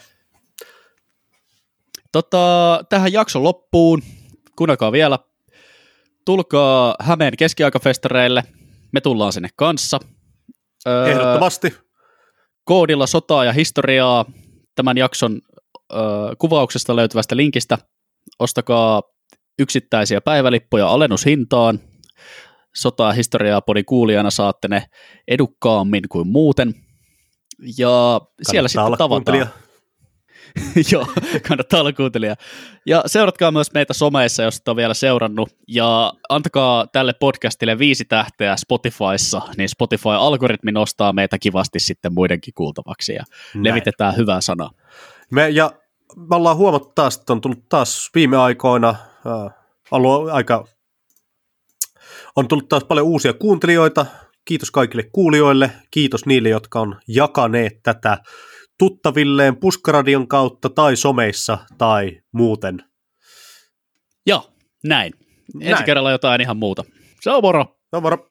Tota, tähän jakson loppuun, kuunnelkaa vielä, tulkaa Hämeen keskiaikafestareille, me tullaan sinne kanssa. Öö, Ehdottomasti. Koodilla sotaa ja historiaa tämän jakson öö, kuvauksesta löytyvästä linkistä. Ostakaa yksittäisiä päivälippuja alennushintaan. Sotaa ja historiaa podin kuulijana saatte ne edukkaammin kuin muuten. Ja kannattaa siellä sitten tavataan. Joo, kannattaa olla kuuntelija. Ja seuratkaa myös meitä someissa, jos et ole vielä seurannut. Ja antakaa tälle podcastille viisi tähteä Spotifyssa, niin Spotify-algoritmi nostaa meitä kivasti sitten muidenkin kuultavaksi ja Näin. levitetään hyvää sanaa. Me, ja me ollaan huomattu taas, että on tullut taas viime aikoina äh, ollut aika, on tullut taas paljon uusia kuuntelijoita. Kiitos kaikille kuulijoille. Kiitos niille, jotka on jakaneet tätä tuttavilleen Puskaradion kautta tai someissa tai muuten. Joo, näin. Ensi näin. kerralla jotain ihan muuta. Se on moro. Se on moro.